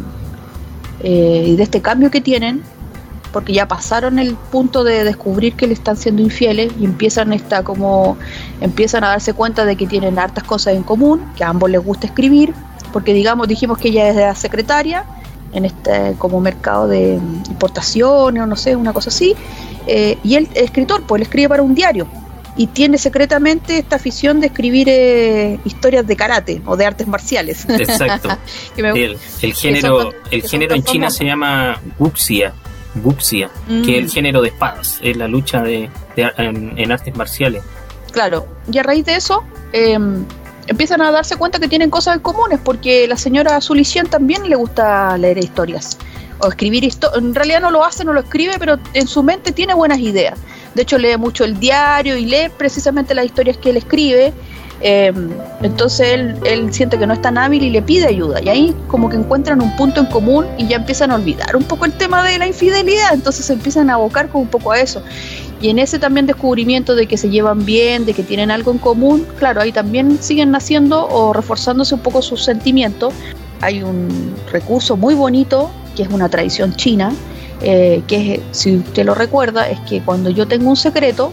eh, y de este cambio que tienen, porque ya pasaron el punto de descubrir que le están siendo infieles y empiezan esta como empiezan a darse cuenta de que tienen hartas cosas en común, que a ambos les gusta escribir, porque digamos dijimos que ella es la secretaria en este como mercado de importaciones o no sé, una cosa así, eh, y él es escritor, pues él escribe para un diario y tiene secretamente esta afición de escribir eh, historias de karate o de artes marciales. Exacto. me, el, el género son, el género en China se llama wuxia. Wuxia, mm. que es el género de espadas, es la lucha de, de en, en artes marciales. Claro, y a raíz de eso eh, empiezan a darse cuenta que tienen cosas en comunes, porque la señora Sulicien también le gusta leer historias o escribir historias. En realidad no lo hace, no lo escribe, pero en su mente tiene buenas ideas. De hecho lee mucho el diario y lee precisamente las historias que él escribe. Eh, entonces él, él siente que no es tan hábil y le pide ayuda, y ahí como que encuentran un punto en común y ya empiezan a olvidar un poco el tema de la infidelidad, entonces se empiezan a abocar como un poco a eso, y en ese también descubrimiento de que se llevan bien, de que tienen algo en común, claro, ahí también siguen naciendo o reforzándose un poco sus sentimientos. Hay un recurso muy bonito que es una tradición china, eh, que es, si usted lo recuerda, es que cuando yo tengo un secreto,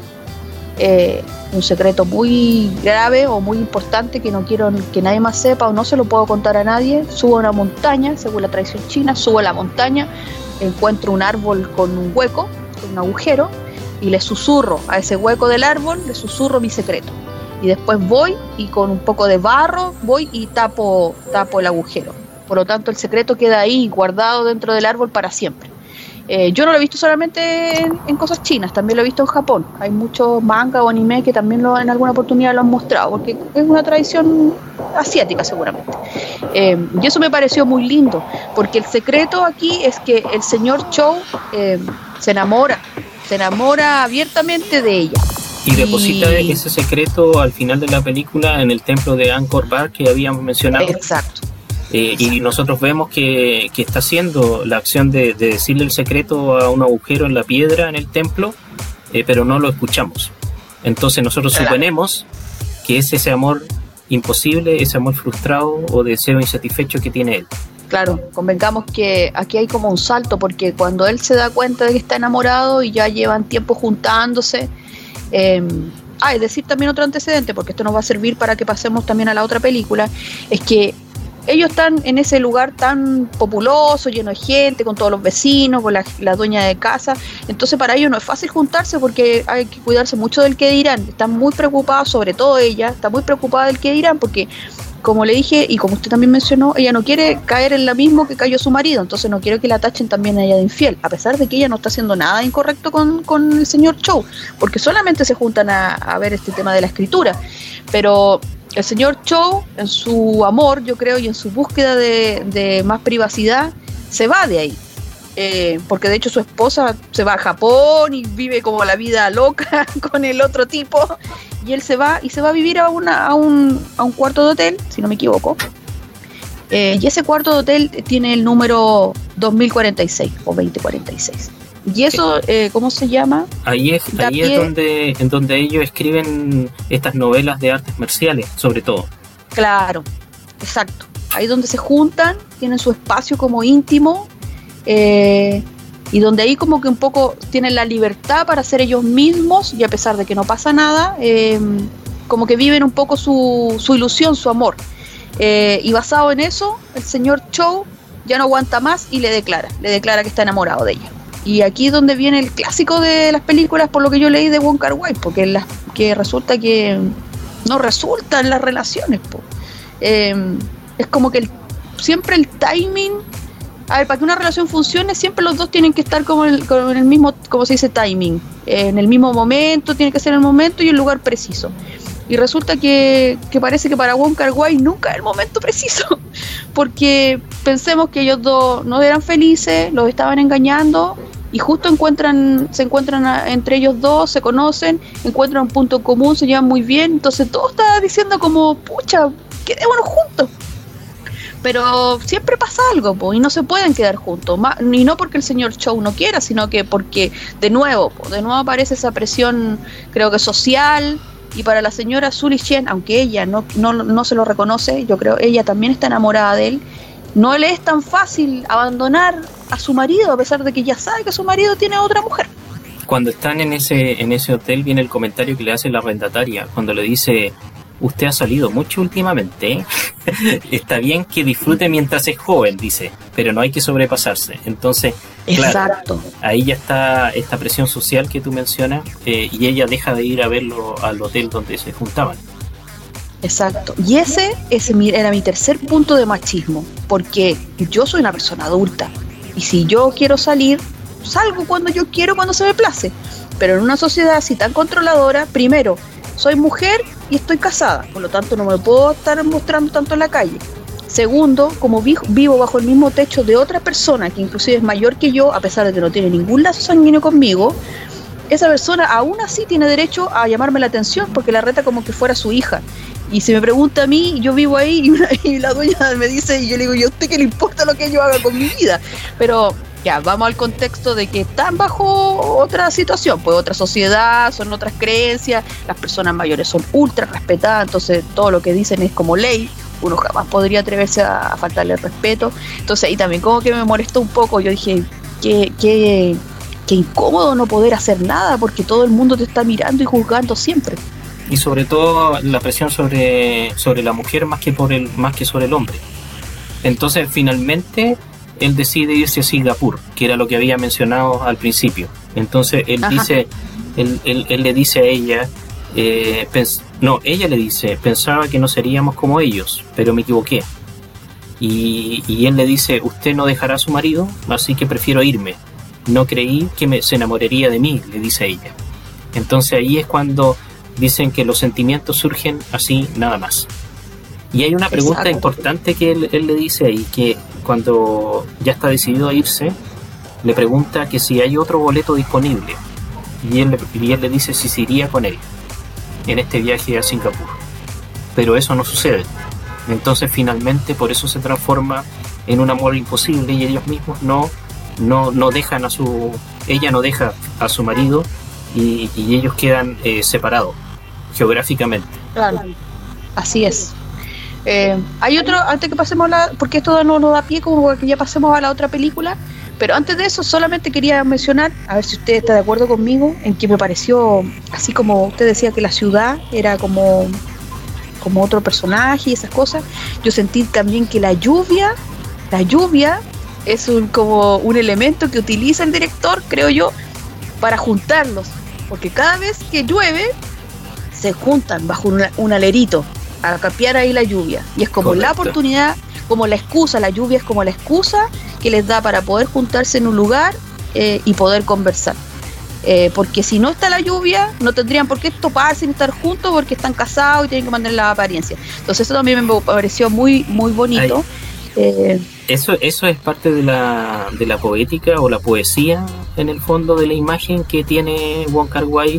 Eh, un secreto muy grave o muy importante que no quiero que nadie más sepa o no se lo puedo contar a nadie, subo a una montaña, según la tradición china, subo a la montaña, encuentro un árbol con un hueco, con un agujero, y le susurro a ese hueco del árbol, le susurro mi secreto, y después voy y con un poco de barro voy y tapo, tapo el agujero. Por lo tanto el secreto queda ahí guardado dentro del árbol para siempre. Eh, yo no lo he visto solamente en, en cosas chinas, también lo he visto en Japón. Hay muchos manga o anime que también lo, en alguna oportunidad lo han mostrado, porque es una tradición asiática seguramente. Eh, y eso me pareció muy lindo, porque el secreto aquí es que el señor Chow eh, se enamora, se enamora abiertamente de ella. Y deposita y... ese secreto al final de la película en el templo de Angkor Wat que habíamos mencionado. Exacto. Eh, y nosotros vemos que, que está haciendo la acción de, de decirle el secreto a un agujero en la piedra en el templo, eh, pero no lo escuchamos. Entonces nosotros claro. suponemos que es ese amor imposible, ese amor frustrado o deseo insatisfecho que tiene él. Claro, convengamos que aquí hay como un salto, porque cuando él se da cuenta de que está enamorado y ya llevan tiempo juntándose, eh, ah, es decir también otro antecedente, porque esto nos va a servir para que pasemos también a la otra película, es que ellos están en ese lugar tan populoso, lleno de gente, con todos los vecinos, con la, la dueña de casa. Entonces para ellos no es fácil juntarse porque hay que cuidarse mucho del que dirán. Están muy preocupados, sobre todo ella, está muy preocupada del que dirán, porque como le dije y como usted también mencionó, ella no quiere caer en la misma que cayó su marido, entonces no quiere que la tachen también a ella de infiel, a pesar de que ella no está haciendo nada incorrecto con, con el señor Chow, porque solamente se juntan a, a ver este tema de la escritura. Pero el señor Chow, en su amor, yo creo, y en su búsqueda de, de más privacidad, se va de ahí. Eh, porque de hecho su esposa se va a Japón y vive como la vida loca con el otro tipo, y él se va y se va a vivir a, una, a, un, a un cuarto de hotel, si no me equivoco. Eh, y ese cuarto de hotel tiene el número dos mil cuarenta y seis o veinte cuarenta y seis. Y eso, eh, ¿cómo se llama? Ahí es, ahí es donde, en donde ellos escriben estas novelas de artes marciales, sobre todo. Claro, exacto. Ahí donde se juntan, tienen su espacio como íntimo, eh, y donde ahí como que un poco tienen la libertad para ser ellos mismos, y a pesar de que no pasa nada, eh, como que viven un poco su, su ilusión, su amor. Eh, y basado en eso, el señor Chow ya no aguanta más y le declara, le declara que está enamorado de ella. Y aquí es donde viene el clásico de las películas, por lo que yo leí de Wong Kar-wai, porque las, que resulta que no resultan las relaciones, po. Eh, es como que el, siempre el timing, a ver, para que una relación funcione, siempre los dos tienen que estar como, el, como en el mismo, como se dice, timing, eh, en el mismo momento, tiene que ser el momento y el lugar preciso. Y resulta que, que parece que para Wong Kar-wai nunca es el momento preciso, porque pensemos que ellos dos no eran felices, los estaban engañando, y justo encuentran, se encuentran a, entre ellos dos, se conocen, encuentran un punto en común, se llevan muy bien, entonces todo está diciendo como, pucha, quedémonos juntos. Pero siempre pasa algo, po, y no se pueden quedar juntos, Ma, y no porque el señor Chow no quiera, sino que porque de nuevo, po, de nuevo aparece esa presión, creo que social. Y para la señora Sully Chen, aunque ella no, no, no se lo reconoce, yo creo ella también está enamorada de él, no le es tan fácil abandonar a su marido, a pesar de que ya sabe que su marido tiene otra mujer. Cuando están en ese, en ese hotel, viene el comentario que le hace la arrendataria, cuando le dice: usted ha salido mucho últimamente, ¿eh? Está bien que disfrute mientras es joven, dice, pero no hay que sobrepasarse. Entonces, exacto, claro, ahí ya está esta presión social que tú mencionas, eh, y ella deja de ir a verlo al hotel donde se juntaban. Exacto, y ese, ese era mi tercer punto de machismo, porque yo soy una persona adulta, y si yo quiero salir, salgo cuando yo quiero, cuando se me place, pero en una sociedad así tan controladora, primero, soy mujer y estoy casada, por lo tanto no me puedo estar mostrando tanto en la calle. Segundo, como vi, vivo bajo el mismo techo de otra persona que inclusive es mayor que yo, a pesar de que no tiene ningún lazo sanguíneo conmigo, esa persona aún así tiene derecho a llamarme la atención porque la reta como que fuera su hija. Y si me pregunta a mí, yo vivo ahí y, una, y la dueña me dice, y yo le digo, ¿y a usted qué le importa lo que yo haga con mi vida? Pero ya, vamos al contexto de que están bajo otra situación, pues otra sociedad, son otras creencias, las personas mayores son ultra respetadas, entonces todo lo que dicen es como ley, uno jamás podría atreverse a, a faltarle el respeto. Entonces ahí también como que me molestó un poco, yo dije, qué, qué, qué incómodo no poder hacer nada, porque todo el mundo te está mirando y juzgando siempre. Y sobre todo la presión sobre, sobre la mujer más que, por el, más que sobre el hombre. Entonces finalmente él decide irse a Singapur, que era lo que había mencionado al principio. Entonces él Ajá. dice, él, él, él le dice a ella, eh, pens- no, ella le dice, pensaba que no seríamos como ellos, pero me equivoqué. Y, y él le dice, usted no dejará a su marido, así que prefiero irme. No creí que me, se enamoraría de mí, le dice ella. Entonces ahí es cuando dicen que los sentimientos surgen así nada más. Y hay una pregunta Exacto. importante que él, él le dice ahí, que cuando ya está decidido a irse, le pregunta que si hay otro boleto disponible, y él, y él le dice si se iría con él en este viaje a Singapur, pero eso no sucede. Entonces finalmente por eso se transforma en un amor imposible, y ellos mismos no, no, no dejan a su, ella no deja a su marido, y, y ellos quedan eh, separados geográficamente. Claro, así es. Eh, hay otro, antes que pasemos a la, porque esto no nos da pie como que ya pasemos a la otra película, pero antes de eso solamente quería mencionar, a ver si usted está de acuerdo conmigo, en que me pareció, así como usted decía que la ciudad era como, como otro personaje y esas cosas, yo sentí también que la lluvia, la lluvia es un, como un elemento que utiliza el director, creo yo, para juntarlos, porque cada vez que llueve se juntan bajo un, un alerito a capear ahí la lluvia, y es como Correcto. La oportunidad, como la excusa, la lluvia es como la excusa que les da para poder juntarse en un lugar eh, y poder conversar, eh, porque si no está la lluvia no tendrían por qué toparse ni estar juntos porque están casados y tienen que mantener la apariencia. Entonces eso también me pareció muy muy bonito. eh, eso eso es parte de la de la poética o la poesía en el fondo de la imagen que tiene Wong Kar-wai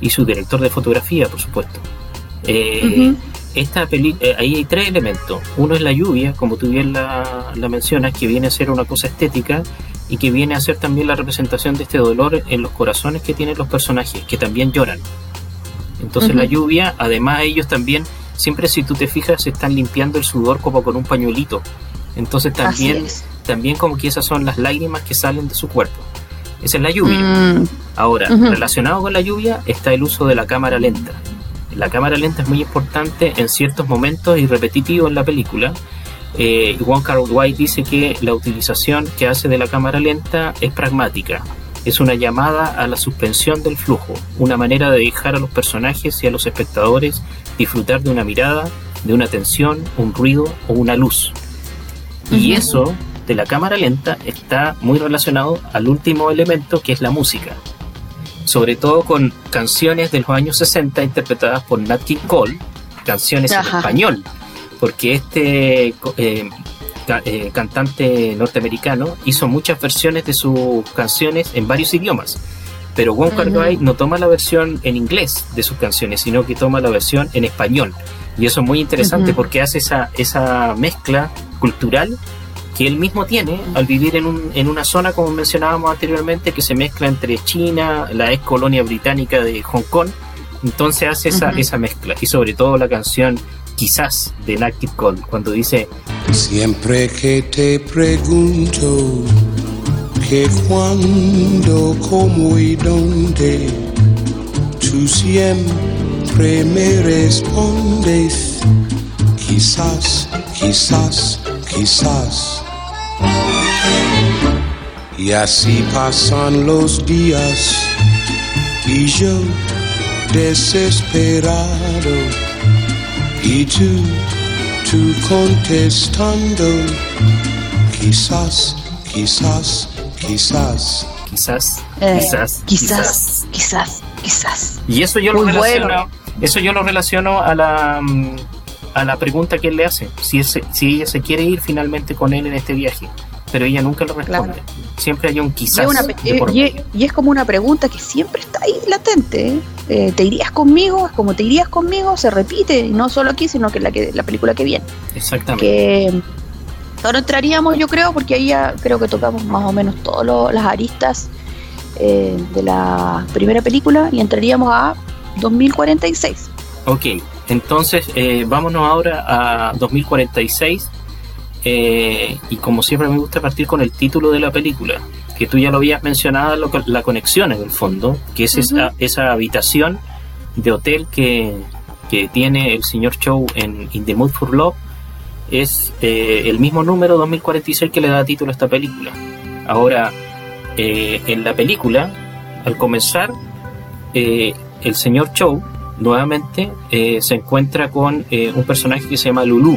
y su director de fotografía, por supuesto. Eh, uh-huh. Esta peli- eh, ahí hay tres elementos. Uno es la lluvia, como tú bien la, la mencionas, que viene a ser una cosa estética y que viene a ser también la representación de este dolor en los corazones que tienen los personajes, que también lloran. Entonces uh-huh. la lluvia, además ellos también, siempre si tú te fijas, se están limpiando el sudor como con un pañuelito. Entonces también, también como que esas son las lágrimas que salen de su cuerpo. Esa es la lluvia. Mm. Ahora, uh-huh. relacionado con la lluvia está el uso de la cámara lenta. La cámara lenta es muy importante en ciertos momentos y repetitivo en la película. Eh, Wong Kar-wai dice que la utilización que hace de la cámara lenta es pragmática. Es una llamada a la suspensión del flujo, una manera de dejar a los personajes y a los espectadores disfrutar de una mirada, de una tensión, un ruido o una luz. Uh-huh. Y eso de la cámara lenta está muy relacionado al último elemento, que es la música. Sobre todo con canciones de los años sesenta interpretadas por Nat King Cole, canciones Ajá. en español, porque este eh, ca- eh, cantante norteamericano hizo muchas versiones de sus canciones en varios idiomas, pero Wong Kar-wai uh-huh. no toma la versión en inglés de sus canciones, sino que toma la versión en español, y eso es muy interesante uh-huh. porque hace esa, esa mezcla cultural que él mismo tiene al vivir en, un, en una zona, como mencionábamos anteriormente, que se mezcla entre China, la ex colonia británica de Hong Kong. Entonces hace esa, uh-huh. esa mezcla, y sobre todo la canción Quizás de Nat King Cole, cuando dice: siempre que te pregunto que cuándo, cómo y dónde, tú siempre me respondes quizás, quizás, quizás. Y así pasan los días y yo desesperado, y tú, tú contestando quizás, quizás, quizás. Quizás, eh, quizás, quizás, quizás, quizás. Y eso yo lo Muy relaciono, bueno. eso yo lo relaciono a la a la pregunta que él le hace, si, es, si ella se quiere ir finalmente con él en este viaje, pero ella nunca lo responde. Claro. Siempre hay un quizás. Y, una, y, y, y es como una pregunta que siempre está ahí latente. ¿eh? Eh, ¿Te irías conmigo? Es como ¿te irías conmigo? Se repite, y no solo aquí, sino que en la, que, la película que viene. Exactamente. Que ahora entraríamos, yo creo, porque ahí ya creo que tocamos más o menos todas las aristas eh, de la primera película, y entraríamos a dos mil cuarenta y seis. Ok, entonces eh, vámonos ahora a dos mil cuarenta y seis. Eh, y como siempre me gusta partir con el título de la película, que tú ya lo habías mencionado, lo, la conexión en el fondo, que es uh-huh. esa, esa habitación de hotel que, que tiene el señor Chow en In the Mood for Love. Es eh, el mismo número dos mil cuarenta y seis que le da título a esta película. Ahora, eh, en la película, al comenzar, eh, el señor Chow nuevamente eh, se encuentra con eh, un personaje que se llama Lulu.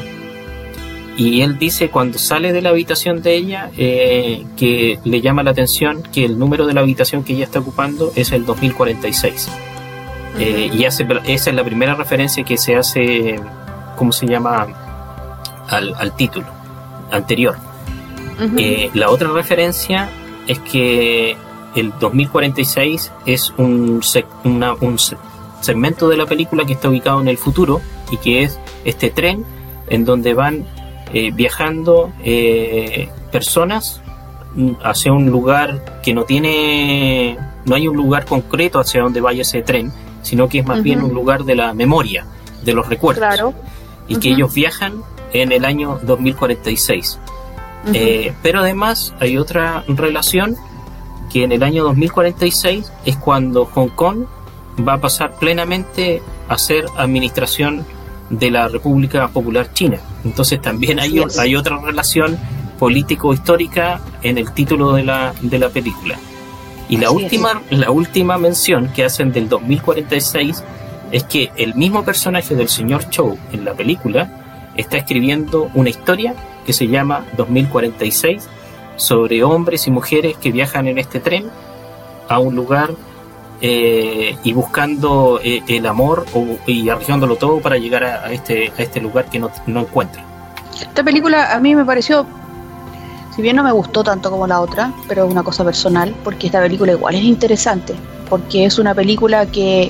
Y él dice cuando sale de la habitación de ella eh, que le llama la atención que el número de la habitación que ella está ocupando es el dos mil cuarenta y seis. Uh-huh. Eh, y hace, esa es la primera referencia que se hace, ¿cómo se llama? Al, al título anterior. Uh-huh. Eh, la otra referencia es que el dos mil cuarenta y seis es un, seg- una, un seg- segmento de la película que está ubicado en el futuro, y que es este tren en donde van Eh, viajando eh, personas hacia un lugar que no tiene, no hay un lugar concreto hacia donde vaya ese tren, sino que es más uh-huh. bien un lugar de la memoria, de los recuerdos. Claro. Y uh-huh. que ellos viajan en el año dos mil cuarenta y seis. Uh-huh. Eh, pero además hay otra relación, que en el año dos mil cuarenta y seis es cuando Hong Kong va a pasar plenamente a ser administración de la República Popular China. Entonces también hay, yes. hay otra relación político-histórica en el título de la, de la película. Y la última, la última mención que hacen del dos mil cuarenta y seis es que el mismo personaje del señor Chow en la película está escribiendo una historia que se llama dos mil cuarenta y seis, sobre hombres y mujeres que viajan en este tren a un lugar Eh, y buscando eh, el amor o, y arriesgándolo todo para llegar a, a, este, a este lugar que no, no encuentran. Esta película a mí me pareció, si bien no me gustó tanto como la otra, pero es una cosa personal, porque esta película igual es interesante, porque es una película que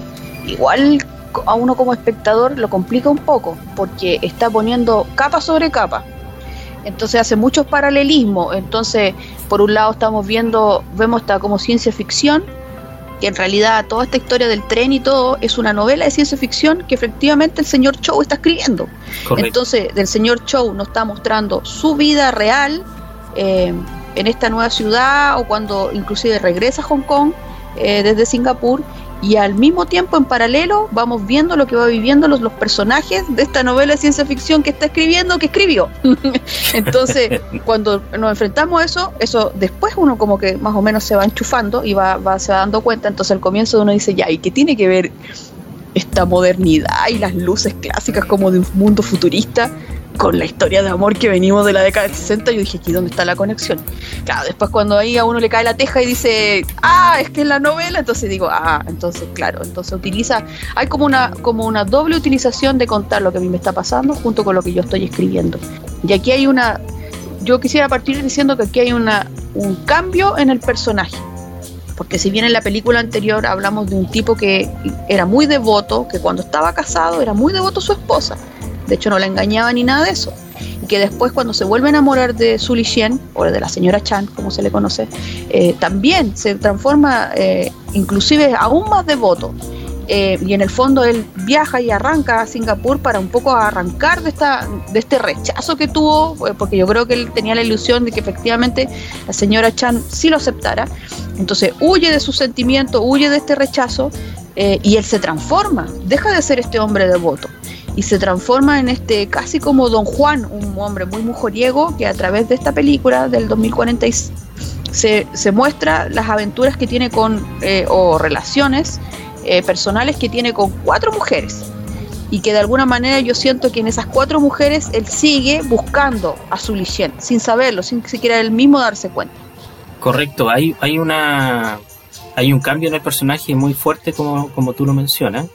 igual a uno como espectador lo complica un poco, porque está poniendo capa sobre capa. Entonces hace muchos paralelismos. Entonces, por un lado estamos viendo, vemos esta como ciencia ficción, que en realidad toda esta historia del tren y todo es una novela de ciencia ficción que efectivamente el señor Chow está escribiendo. Correcto. Entonces, el señor Chow nos está mostrando su vida real eh, en esta nueva ciudad, o cuando inclusive regresa a Hong Kong eh, desde Singapur, y al mismo tiempo, en paralelo, vamos viendo lo que va viviendo los, los personajes de esta novela de ciencia ficción que está escribiendo, que escribió. Entonces, cuando nos enfrentamos a eso, eso después uno como que más o menos se va enchufando y va, va se va dando cuenta. Entonces al comienzo uno dice, ya, ¿y qué tiene que ver esta modernidad y las luces clásicas como de un mundo futurista con la historia de amor que venimos de la década del sesenta? Yo dije, aquí dónde está la conexión. Claro, después cuando ahí a uno le cae la teja y dice, ah, es que es la novela, entonces digo, ah, entonces claro, entonces utiliza, hay como una, como una doble utilización de contar lo que a mí me está pasando junto con lo que yo estoy escribiendo. Y aquí hay una, yo quisiera partir diciendo que aquí hay una, un cambio en el personaje. Porque si bien en la película anterior hablamos de un tipo que era muy devoto, que cuando estaba casado era muy devoto a su esposa, de hecho no la engañaba ni nada de eso, y que después cuando se vuelve a enamorar de Su Lixien, o de la señora Chan, como se le conoce, eh, también se transforma eh, inclusive aún más devoto, eh, y en el fondo él viaja y arranca a Singapur para un poco arrancar de, esta, de este rechazo que tuvo, porque yo creo que él tenía la ilusión de que efectivamente la señora Chan sí lo aceptara. Entonces huye de sus sentimientos, huye de este rechazo, eh, y él se transforma, deja de ser este hombre devoto y se transforma en este casi como Don Juan, un hombre muy mujeriego que a través de esta película del dos mil cuarenta y seis se, se muestra las aventuras que tiene con, eh, o relaciones eh, personales que tiene con cuatro mujeres, y que de alguna manera yo siento que en esas cuatro mujeres él sigue buscando a Su Lixien, sin saberlo, sin siquiera él mismo darse cuenta. Correcto, hay, hay una hay un cambio en el personaje muy fuerte, como, como tú lo mencionas,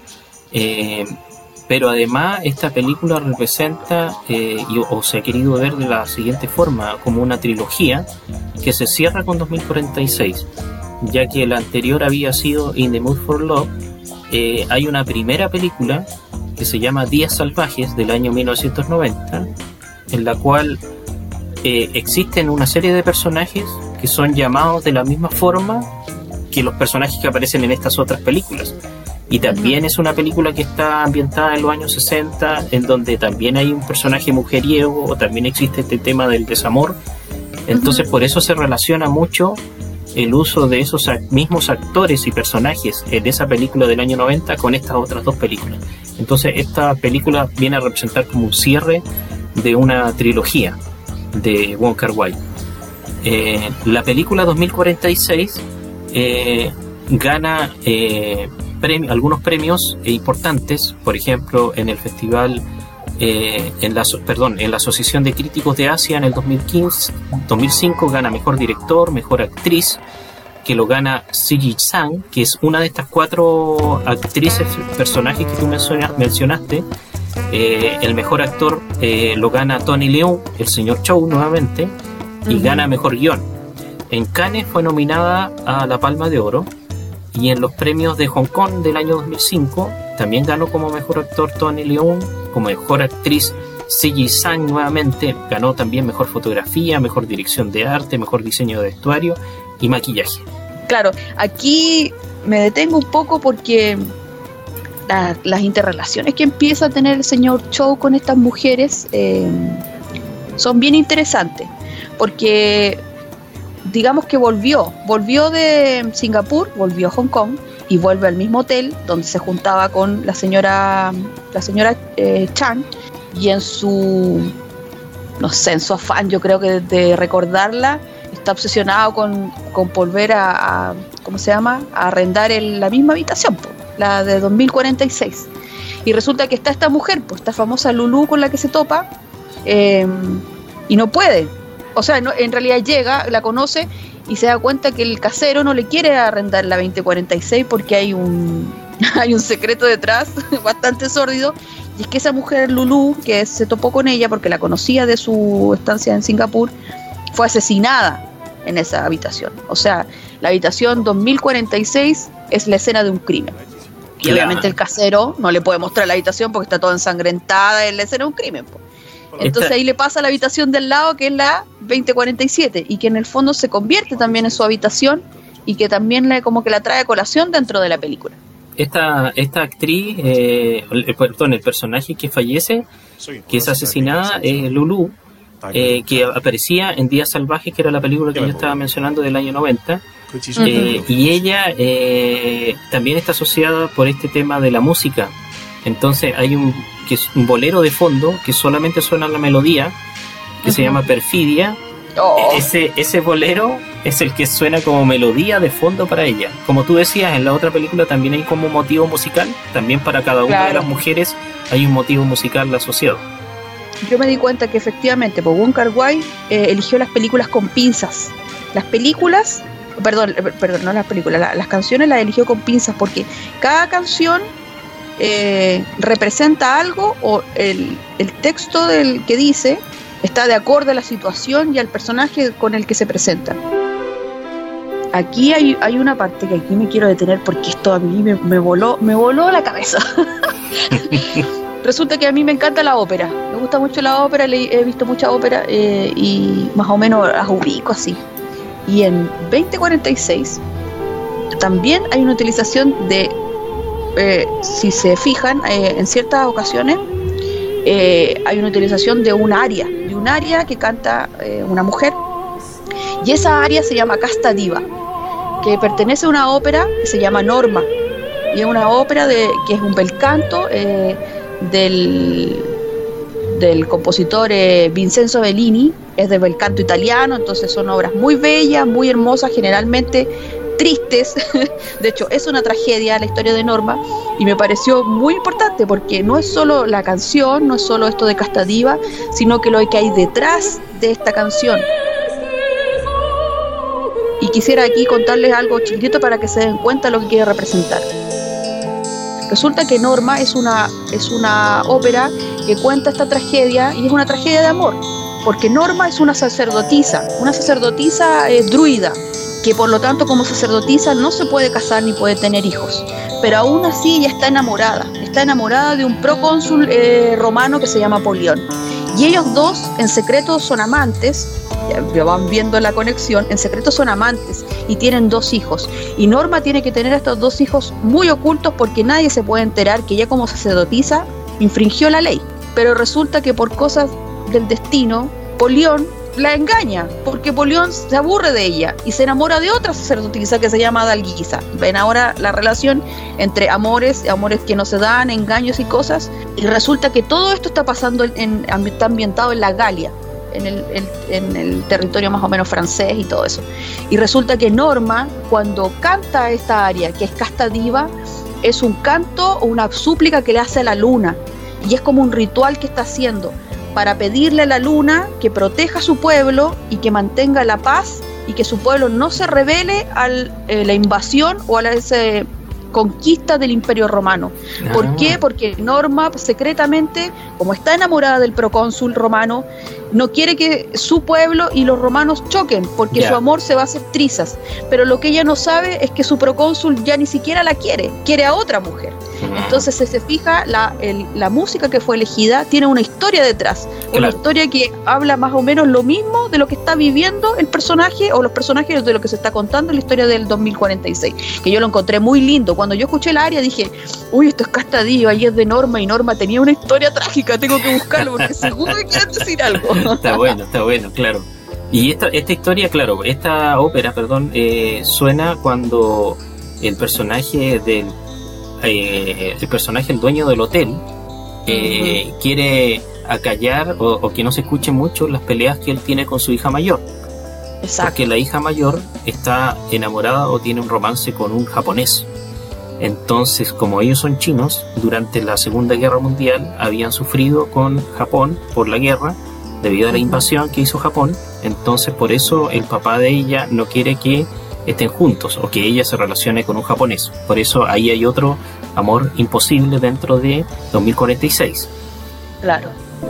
eh, pero además esta película representa, eh, y, o se ha querido ver de la siguiente forma, como una trilogía que se cierra con dos mil cuarenta y seis, ya que la anterior había sido In the Mood for Love. Eh, hay una primera película que se llama Días Salvajes del año mil novecientos noventa, en la cual eh, existen una serie de personajes que son llamados de la misma forma que los personajes que aparecen en estas otras películas. Y también es una película que está ambientada en los años sesenta, en donde también hay un personaje mujeriego, o también existe este tema del desamor. Entonces por eso se relaciona mucho el uso de esos mismos actores y personajes en esa película del año noventa con estas otras dos películas. Entonces esta película viene a representar como un cierre de una trilogía de Wong Kar-wai. Eh, la película dos mil cuarenta y seis eh, gana eh, premio, algunos premios importantes, por ejemplo en el festival eh, en la perdón en la Asociación de Críticos de Asia en el dos mil quince dos mil cinco gana mejor director, mejor actriz, que lo gana Sigi Sang, que es una de estas cuatro actrices, personajes que tú menciona, mencionaste. Eh, el mejor actor eh, lo gana Tony Leung, el señor Chow nuevamente, y uh-huh. gana mejor guión. En Cannes fue nominada a la Palma de Oro, y en los premios de Hong Kong del año dos mil cinco también ganó como mejor actor Tony Leung, como mejor actriz Sigi Sang nuevamente, ganó también mejor fotografía, mejor dirección de arte, mejor diseño de vestuario y maquillaje. Claro, aquí me detengo un poco porque la, las interrelaciones que empieza a tener el señor Chow con estas mujeres eh, son bien interesantes, porque digamos que volvió, volvió de Singapur, volvió a Hong Kong y vuelve al mismo hotel donde se juntaba con la señora, la señora eh, Chan, y en su, no sé, en su afán yo creo que de, de recordarla, está obsesionado con, con volver a, a, ¿cómo se llama?, a arrendar el, la misma habitación, pues, la de dos mil cuarenta y seis. Y resulta que está esta mujer, pues esta famosa Lulu con la que se topa, eh, y no puede. O sea, no, en realidad llega, la conoce y se da cuenta que el casero no le quiere arrendar la veinte cuarenta y seis porque hay un, hay un secreto detrás bastante sórdido. Y es que esa mujer Lulu, que se topó con ella porque la conocía de su estancia en Singapur, fue asesinada en esa habitación. O sea, la habitación dos mil cuarenta y seis es la escena de un crimen. Y claro, obviamente el casero no le puede mostrar la habitación porque está toda ensangrentada, en la escena de un crimen. Po. Entonces Esta... ahí le pasa a la habitación del lado, que es la veinte cuarenta y siete, y que en el fondo se convierte también en su habitación y que también le, como que la trae a colación dentro de la película. Esta, esta actriz, eh, el, perdón, el personaje que fallece, que es asesinada, es Lulu, eh, que aparecía en Días Salvajes, que era la película que yo estaba mencionando del año noventa, eh, y ella eh, también está asociada por este tema de la música. Entonces hay un, que es un bolero de fondo que solamente suena la melodía, que uh-huh. se llama Perfidia. Oh. Ese, ese bolero es el que suena como melodía de fondo para ella. Como tú decías, en la otra película también hay como motivo musical. También para cada una claro. de las mujeres hay un motivo musical asociado. Yo me di cuenta que efectivamente pues Wong Kar-wai eh, eligió las películas con pinzas. Las películas, perdón, perdón no las películas, la, las canciones las eligió con pinzas porque cada canción eh, representa algo o el, el texto del que dice está de acuerdo a la situación y al personaje con el que se presenta. Aquí hay, hay una parte que aquí me quiero detener porque esto a mí me, me voló me voló la cabeza. Resulta que a mí me encanta la ópera, me gusta mucho la ópera, le, he visto mucha ópera eh, y más o menos las ubico así. Y en veinte cuarenta y seis también hay una utilización de, eh, si se fijan, eh, en ciertas ocasiones eh, hay una utilización de un aria, de un aria que canta eh, una mujer, y esa aria se llama Casta Diva, que pertenece a una ópera que se llama Norma, y es una ópera de, que es un bel canto eh, del, del compositor eh, Vincenzo Bellini, es de bel canto italiano, entonces son obras muy bellas, muy hermosas, generalmente tristes. De hecho es una tragedia la historia de Norma y me pareció muy importante porque no es solo la canción, no es solo esto de Casta Diva, sino que lo que hay detrás de esta canción. Y quisiera aquí contarles algo chiquitito para que se den cuenta de lo que quiere representar. Resulta que Norma es una, es una ópera que cuenta esta tragedia y es una tragedia de amor, porque Norma es una sacerdotisa, una sacerdotisa eh, druida, que por lo tanto como sacerdotisa no se puede casar ni puede tener hijos, pero aún así ella está enamorada, está enamorada de un procónsul eh, romano que se llama Polión, y ellos dos en secreto son amantes. Ya van viendo la conexión, en secreto son amantes y tienen dos hijos, y Norma tiene que tener a estos dos hijos muy ocultos porque nadie se puede enterar que ella como sacerdotisa infringió la ley, pero resulta que por cosas del destino Polión la engaña, porque Polión se aburre de ella y se enamora de otra sacerdotisa que se llama Adalgisa. Ven ahora la relación entre amores, amores que no se dan, engaños y cosas, y resulta que todo esto está pasando en, en está ambientado en la Galia, En el, el, en el territorio más o menos francés y todo eso. Y resulta que Norma, cuando canta esta aria, que es Casta Diva, es un canto o una súplica que le hace a la luna, y es como un ritual que está haciendo para pedirle a la luna que proteja a su pueblo y que mantenga la paz y que su pueblo no se rebele a eh, la invasión o a la ese, conquista del Imperio Romano. Ah. ¿Por qué? Porque Norma secretamente, como está enamorada del procónsul romano, no quiere que su pueblo y los romanos choquen, porque yeah. su amor se va a hacer trizas. Pero lo que ella no sabe es que su procónsul ya ni siquiera la quiere, quiere a otra mujer. Entonces, si se fija, la, el, la música que fue elegida tiene una historia detrás, claro. una historia que habla más o menos lo mismo de lo que está viviendo el personaje o los personajes de lo que se está contando en la historia del dos mil cuarenta y seis, que yo lo encontré muy lindo. Cuando yo escuché la aria dije, uy, esto es Casta Diva y es de Norma, y Norma tenía una historia trágica, tengo que buscarlo porque seguro que quieren decir algo. Está bueno, está bueno, claro. Y esta, esta historia, claro, esta ópera, perdón, eh, suena cuando el personaje del Eh, el personaje, el dueño del hotel, eh, uh-huh. quiere acallar o, o que no se escuche mucho las peleas que él tiene con su hija mayor. Exacto. Porque la hija mayor está enamorada o tiene un romance con un japonés. Entonces, como ellos son chinos, durante la Segunda Guerra Mundial habían sufrido con Japón por la guerra debido a la invasión que hizo Japón. Entonces, por eso el papá de ella no quiere que estén juntos o que ella se relacione con un japonés. Por eso ahí hay otro amor imposible dentro de dos mil cuarenta y seis. Claro.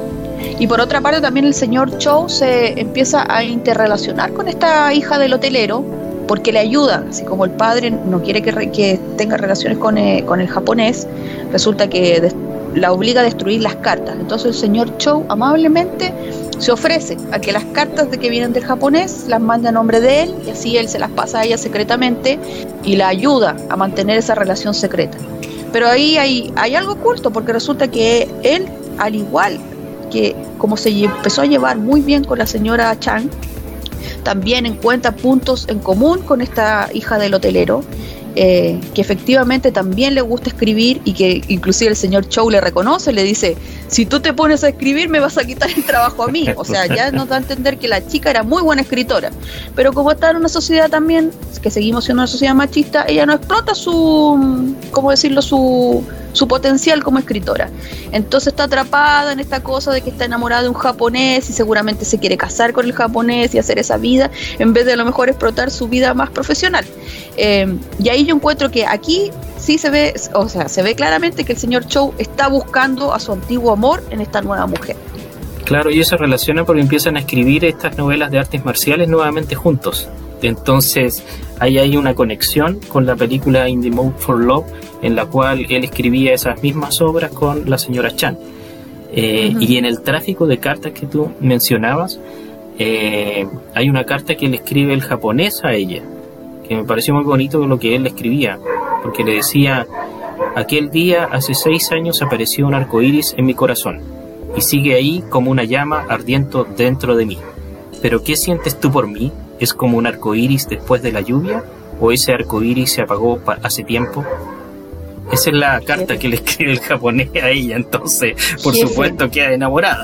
Y por otra parte también el señor Chow se empieza a interrelacionar con esta hija del hotelero, porque le ayuda, así como el padre no quiere que, re, que tenga relaciones con, eh, con el japonés, resulta que des, la obliga a destruir las cartas. Entonces el señor Chow amablemente se ofrece a que las cartas de que vienen del japonés las mande a nombre de él, y así él se las pasa a ella secretamente y la ayuda a mantener esa relación secreta. Pero ahí hay, hay algo oculto, porque resulta que él, al igual que como se empezó a llevar muy bien con la señora Chang, también encuentra puntos en común con esta hija del hotelero, eh, que efectivamente también le gusta escribir, y que inclusive el señor Chow le reconoce, le dice: si tú te pones a escribir me vas a quitar el trabajo a mí. O sea, ya nos da a entender que la chica era muy buena escritora, pero como está en una sociedad también, que seguimos siendo una sociedad machista, ella no explota su, ¿cómo decirlo?, su, su potencial como escritora. Entonces está atrapada en esta cosa de que está enamorada de un japonés y seguramente se quiere casar con el japonés y hacer esa vida, en vez de a lo mejor explotar su vida más profesional. Eh, y ahí yo encuentro que aquí sí se ve, o sea, se ve claramente que el señor Chow está buscando a su antiguo amor en esta nueva mujer. Claro, y eso se relaciona porque empiezan a escribir estas novelas de artes marciales nuevamente juntos. Entonces ahí hay una conexión con la película In the Mood for Love, en la cual él escribía esas mismas obras con la señora Chan. Eh, uh-huh. Y en el tráfico de cartas que tú mencionabas, eh, hay una carta que le escribe el japonés a ella, que me pareció muy bonito lo que él le escribía, porque le decía: aquel día hace seis años apareció un arco iris en mi corazón y sigue ahí como una llama ardiendo dentro de mí. ¿Pero qué sientes tú por mí? ¿Es como un arco iris después de la lluvia? ¿O ese arco iris se apagó pa- hace tiempo? Esa es la carta que le escribe el japonés a ella. Entonces, por Jefe. supuesto, queda enamorada.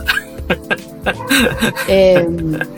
Eh,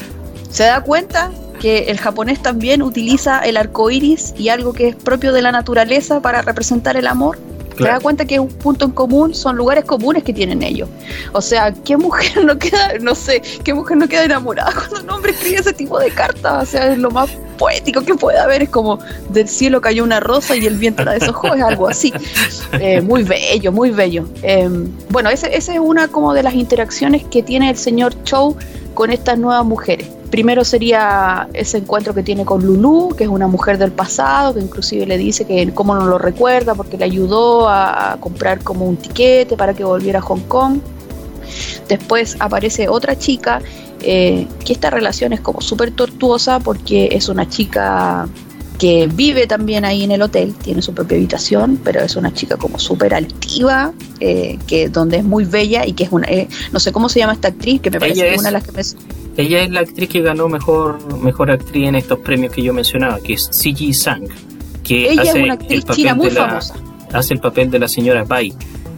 ¿Se da cuenta que el japonés también utiliza el arco iris y algo que es propio de la naturaleza para representar el amor? Claro. ¿Se da cuenta que es un punto en común? Son lugares comunes que tienen ellos. O sea, ¿qué mujer no queda, no sé, qué mujer no queda enamorada cuando un hombre escribe ese tipo de cartas? O sea, es lo más poético que puede haber. Es como: del cielo cayó una rosa y el viento la deshojó. Es algo así. Eh, muy bello, muy bello. Eh, bueno, esa ese es una como de las interacciones que tiene el señor Chow con estas nuevas mujeres. Primero sería ese encuentro que tiene con Lulu, que es una mujer del pasado, que inclusive le dice que cómo no lo recuerda porque le ayudó a comprar como un tiquete para que volviera a Hong Kong. Después aparece otra chica, eh, que esta relación es como súper tortuosa porque es una chica que vive también ahí en el hotel, tiene su propia habitación, pero es una chica como súper altiva, eh, que donde es muy bella y que es una, eh, no sé cómo se llama esta actriz, que me parece que es una de las que me... Ella es la actriz que ganó mejor mejor actriz en estos premios que yo mencionaba, que es Siji Sang, que ella hace es una actriz el papel china muy de la, famosa. Hace el papel de la señora Bai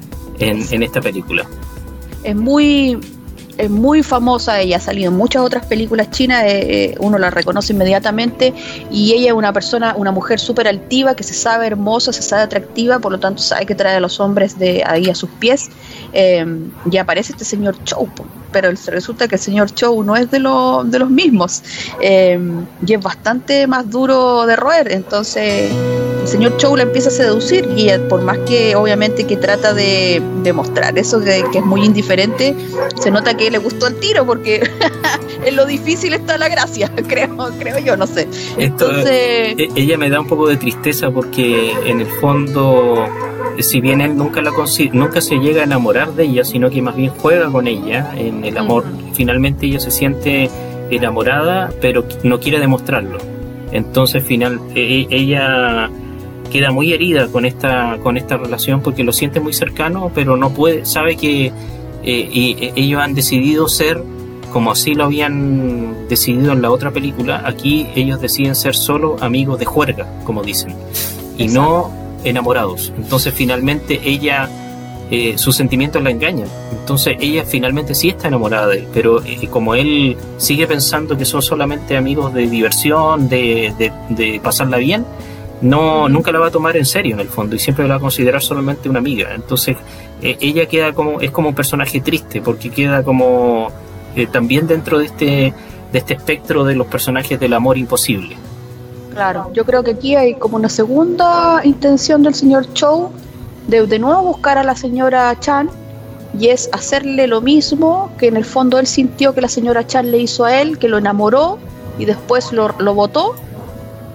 en, en esta película. Es muy es muy famosa, ella ha salido en muchas otras películas chinas, eh, uno la reconoce inmediatamente, y ella es una persona, una mujer súper altiva, que se sabe hermosa, se sabe atractiva, por lo tanto sabe que trae a los hombres de ahí a sus pies. Eh, y aparece este señor Chow, pero resulta que el señor Chow no es de, lo, de los mismos, eh, y es bastante más duro de roer. Entonces el señor Chow la empieza a seducir, y ella, por más que obviamente que trata de, de mostrar eso, que, que es muy indiferente, se nota que le gustó el tiro, porque en lo difícil está la gracia, creo, creo yo, no sé. Entonces, Esto, ella me da un poco de tristeza porque en el fondo, si bien él nunca la consigue, nunca se llega a enamorar de ella, sino que más bien juega con ella en el amor, uh-huh. Finalmente ella se siente enamorada, pero no quiere demostrarlo. Entonces final e- ella queda muy herida con esta con esta relación porque lo siente muy cercano, pero no puede, sabe que eh, y, ellos han decidido ser, como así lo habían decidido en la otra película, aquí ellos deciden ser solo amigos de juerga, como dicen, y Exacto. no enamorados. Entonces finalmente ella, eh, sus sentimientos la engañan. Entonces ella finalmente sí está enamorada de él, pero eh, como él sigue pensando que son solamente amigos de diversión, de, de, de pasarla bien, no, nunca la va a tomar en serio en el fondo, y siempre la va a considerar solamente una amiga. Entonces eh, ella queda como, es como un personaje triste, porque queda como eh, también dentro de este, de este espectro de los personajes del amor imposible. Claro, yo creo que aquí hay como una segunda intención del señor Chow de de nuevo buscar a la señora Chan, y es hacerle lo mismo que en el fondo él sintió que la señora Chan le hizo a él, que lo enamoró y después lo, lo botó.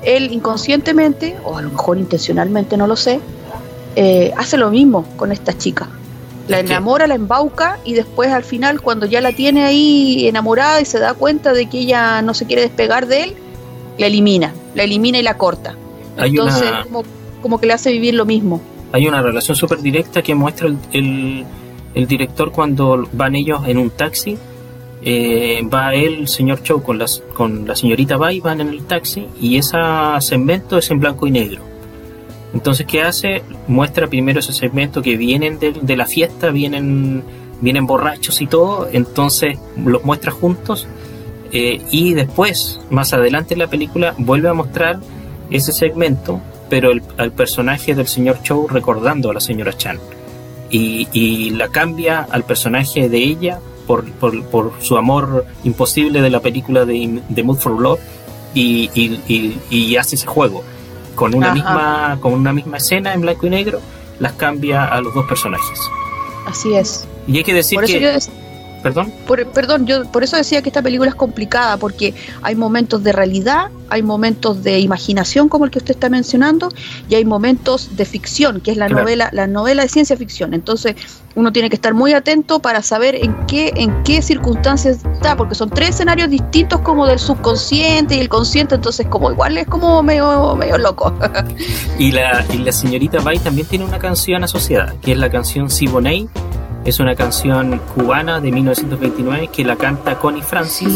él inconscientemente, o a lo mejor intencionalmente, no lo sé, eh, hace lo mismo con esta chica. La enamora, la embauca, y después al final, cuando ya la tiene ahí enamorada y se da cuenta de que ella no se quiere despegar de él, la elimina, la elimina y la corta. Hay Entonces una... como, como que le hace vivir lo mismo. Hay una relación súper directa que muestra el, el, el director cuando van ellos en un taxi. Eh, va él, el señor Chow, con, las, con la señorita Bai, van en el taxi, y ese segmento es en blanco y negro. Entonces, ¿qué hace? Muestra primero ese segmento que vienen de, de la fiesta, vienen, vienen borrachos y todo, entonces los muestra juntos, eh, y después, más adelante en la película, vuelve a mostrar ese segmento, pero el, al personaje del señor Chow recordando a la señora Chan, y, y la cambia al personaje de ella por, por, por su amor imposible de la película de The Mood for Love, y, y, y, y hace ese juego con una Ajá. misma con una misma escena en blanco y negro, las cambia a los dos personajes. Así es. Y hay que decir Por eso que yo des- perdón Por, perdón, yo por eso decía que esta película es complicada, porque hay momentos de realidad, hay momentos de imaginación como el que usted está mencionando, y hay momentos de ficción, que es la Claro. novela, la novela de ciencia ficción. Entonces uno tiene que estar muy atento para saber en qué, en qué circunstancias está, porque son tres escenarios distintos, como del subconsciente y el consciente, entonces como igual es como medio, medio loco. y la y la señorita Bai también tiene una canción asociada, que es la canción Siboney. Es una canción cubana de mil novecientos veintinueve que la canta Connie Francis.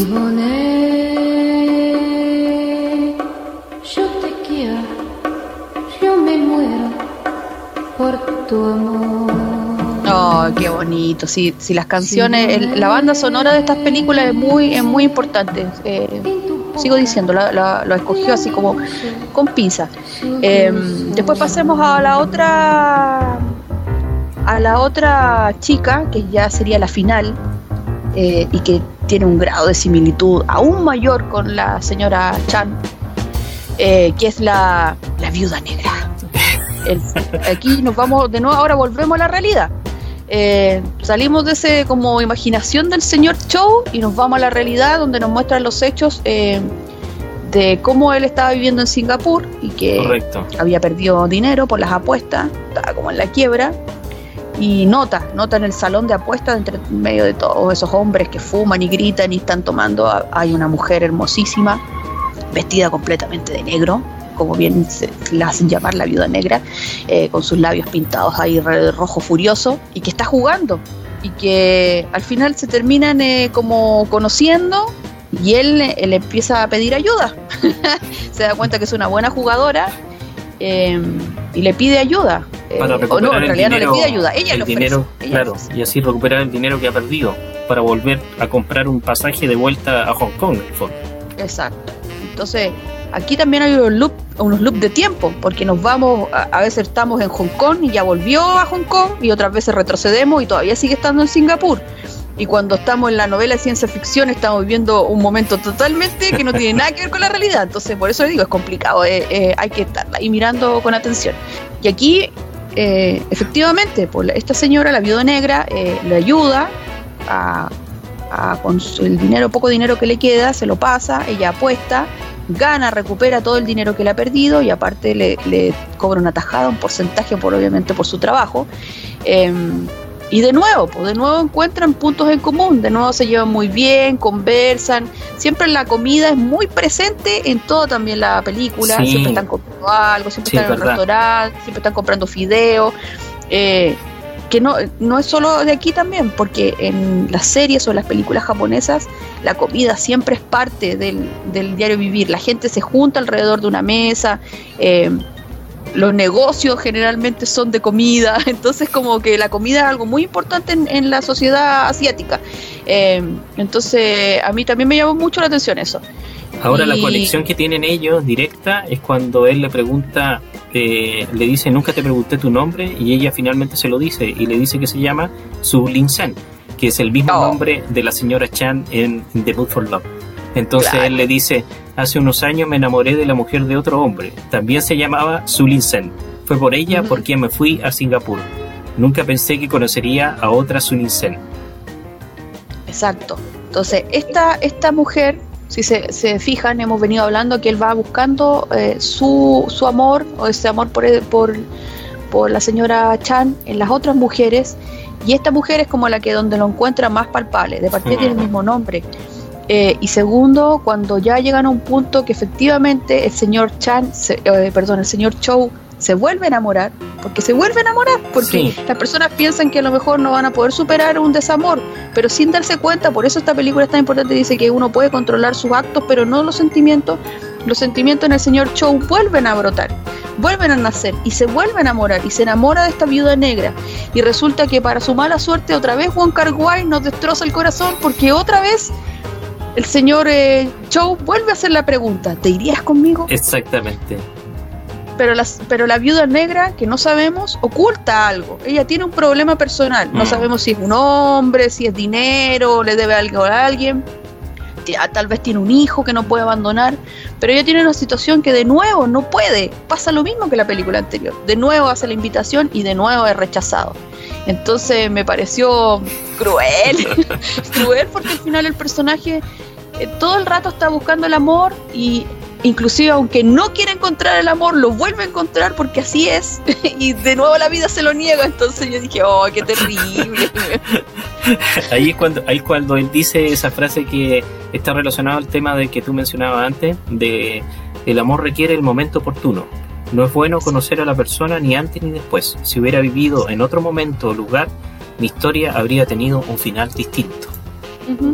Siboney, yo te quiero, yo me muero por tu amor. Oh, qué bonito. Sí, sí, las canciones, el- la banda sonora de estas películas es muy, es muy importante. Eh, sigo diciendo, la, la- lo escogió así como con pinza. Eh, después pasemos a la otra, a la otra chica, que ya sería la final, eh, y que tiene un grado de similitud aún mayor con la señora Chan, eh, que es la, la viuda negra. El- aquí nos vamos de nuevo, ahora volvemos a la realidad. Eh, salimos de ese como imaginación del señor Chow y nos vamos a la realidad, donde nos muestran los hechos eh, de cómo él estaba viviendo en Singapur y que Correcto. había perdido dinero por las apuestas, estaba como en la quiebra, y nota, nota en el salón de apuestas, entre medio de todos esos hombres que fuman y gritan y están tomando, a- hay una mujer hermosísima, vestida completamente de negro, como bien se la hacen llamar, la viuda negra, eh, con sus labios pintados ahí re- rojo furioso, y que está jugando, y que al final se terminan eh, como conociendo, y él eh, le empieza a pedir ayuda. Se da cuenta que es una buena jugadora, eh, y le pide ayuda. Eh, Para o no, recuperar en el realidad dinero, no le pide ayuda, ella el le ofrece. dinero, ella claro, le ofrece. y así recuperar el dinero que ha perdido para volver a comprar un pasaje de vuelta a Hong Kong, en el fondo. Exacto. Entonces, aquí también hay unos loops, unos loops de tiempo, porque nos vamos, a, a veces estamos en Hong Kong y ya volvió a Hong Kong, y otras veces retrocedemos y todavía sigue estando en Singapur. Y cuando estamos en la novela de ciencia ficción estamos viviendo un momento totalmente que no tiene nada que ver con la realidad. Entonces, por eso le digo, es complicado, eh, eh, hay que estar ahí mirando con atención. Y aquí, eh, efectivamente, pues, la- esta señora, la viuda negra, eh, le ayuda a, a- con su- el dinero, poco dinero que le queda, se lo pasa, ella apuesta, gana, recupera todo el dinero que le ha perdido, y aparte le, le cobra una tajada, un porcentaje, por obviamente por su trabajo. Eh, y de nuevo, pues de nuevo encuentran puntos en común, de nuevo se llevan muy bien, conversan, siempre la comida es muy presente en toda también la película, Sí. siempre están comprando algo, siempre Sí, están en es el verdad. restaurante, siempre están comprando fideos, eh, que no, no es solo de aquí también, porque en las series o las películas japonesas la comida siempre es parte del, del diario vivir, la gente se junta alrededor de una mesa, eh, los negocios generalmente son de comida, entonces como que la comida es algo muy importante en, en la sociedad asiática. Eh, entonces a mí también me llamó mucho la atención eso. Ahora la Y- conexión que tienen ellos directa es cuando él le pregunta, eh, le dice nunca te pregunté tu nombre, y ella finalmente se lo dice y le dice que se llama Su Lin Sen, que es el mismo Oh. nombre de la señora Chan en The Mood for Love. Entonces Claro. él le dice, hace unos años me enamoré de la mujer de otro hombre, también se llamaba Su Lin Sen, fue por ella Ujú. por quien me fui a Singapur, nunca pensé que conocería a otra Su Lin Sen. Exacto. Entonces esta, esta mujer si se, se fijan, hemos venido hablando que él va buscando eh, su, su amor, o ese amor por, por, por la señora Chan en las otras mujeres, y esta mujer es como la que donde lo encuentra más palpable. De partida tiene el mismo nombre. Eh, y segundo, cuando ya llegan a un punto que efectivamente el señor Chan, se, eh, perdón, el señor Chow se vuelve a enamorar, porque se vuelve a enamorar, porque sí. Las personas piensan que a lo mejor no van a poder superar un desamor, pero sin darse cuenta. Por eso esta película es tan importante, dice que uno puede controlar sus actos, pero no los sentimientos. Los sentimientos en el señor Chow vuelven a brotar, vuelven a nacer, y se vuelve a enamorar, y se enamora de esta viuda negra, y resulta que para su mala suerte otra vez Wong Kar-wai nos destroza el corazón, porque otra vez el señor eh, Chow vuelve a hacer la pregunta: ¿te irías conmigo? Exactamente. Pero la, pero la viuda negra, que no sabemos, oculta algo. Ella tiene un problema personal. No mm. sabemos si es un hombre, si es dinero, le debe algo a alguien. Tal vez tiene un hijo que no puede abandonar. Pero ella tiene una situación que de nuevo no puede. Pasa lo mismo que la película anterior. De nuevo hace la invitación y de nuevo es rechazado. Entonces me pareció cruel. Cruel porque al final el personaje eh, todo el rato está buscando el amor, y inclusive aunque no quiere encontrar el amor, lo vuelve a encontrar porque así es, y de nuevo la vida se lo niega. Entonces yo dije, oh, qué terrible. Ahí es cuando, ahí cuando él dice esa frase que está relacionada al tema de que tú mencionabas antes, de el amor requiere el momento oportuno. No es bueno conocer a la persona ni antes ni después. Si hubiera vivido en otro momento o lugar, mi historia habría tenido un final distinto. Uh-huh.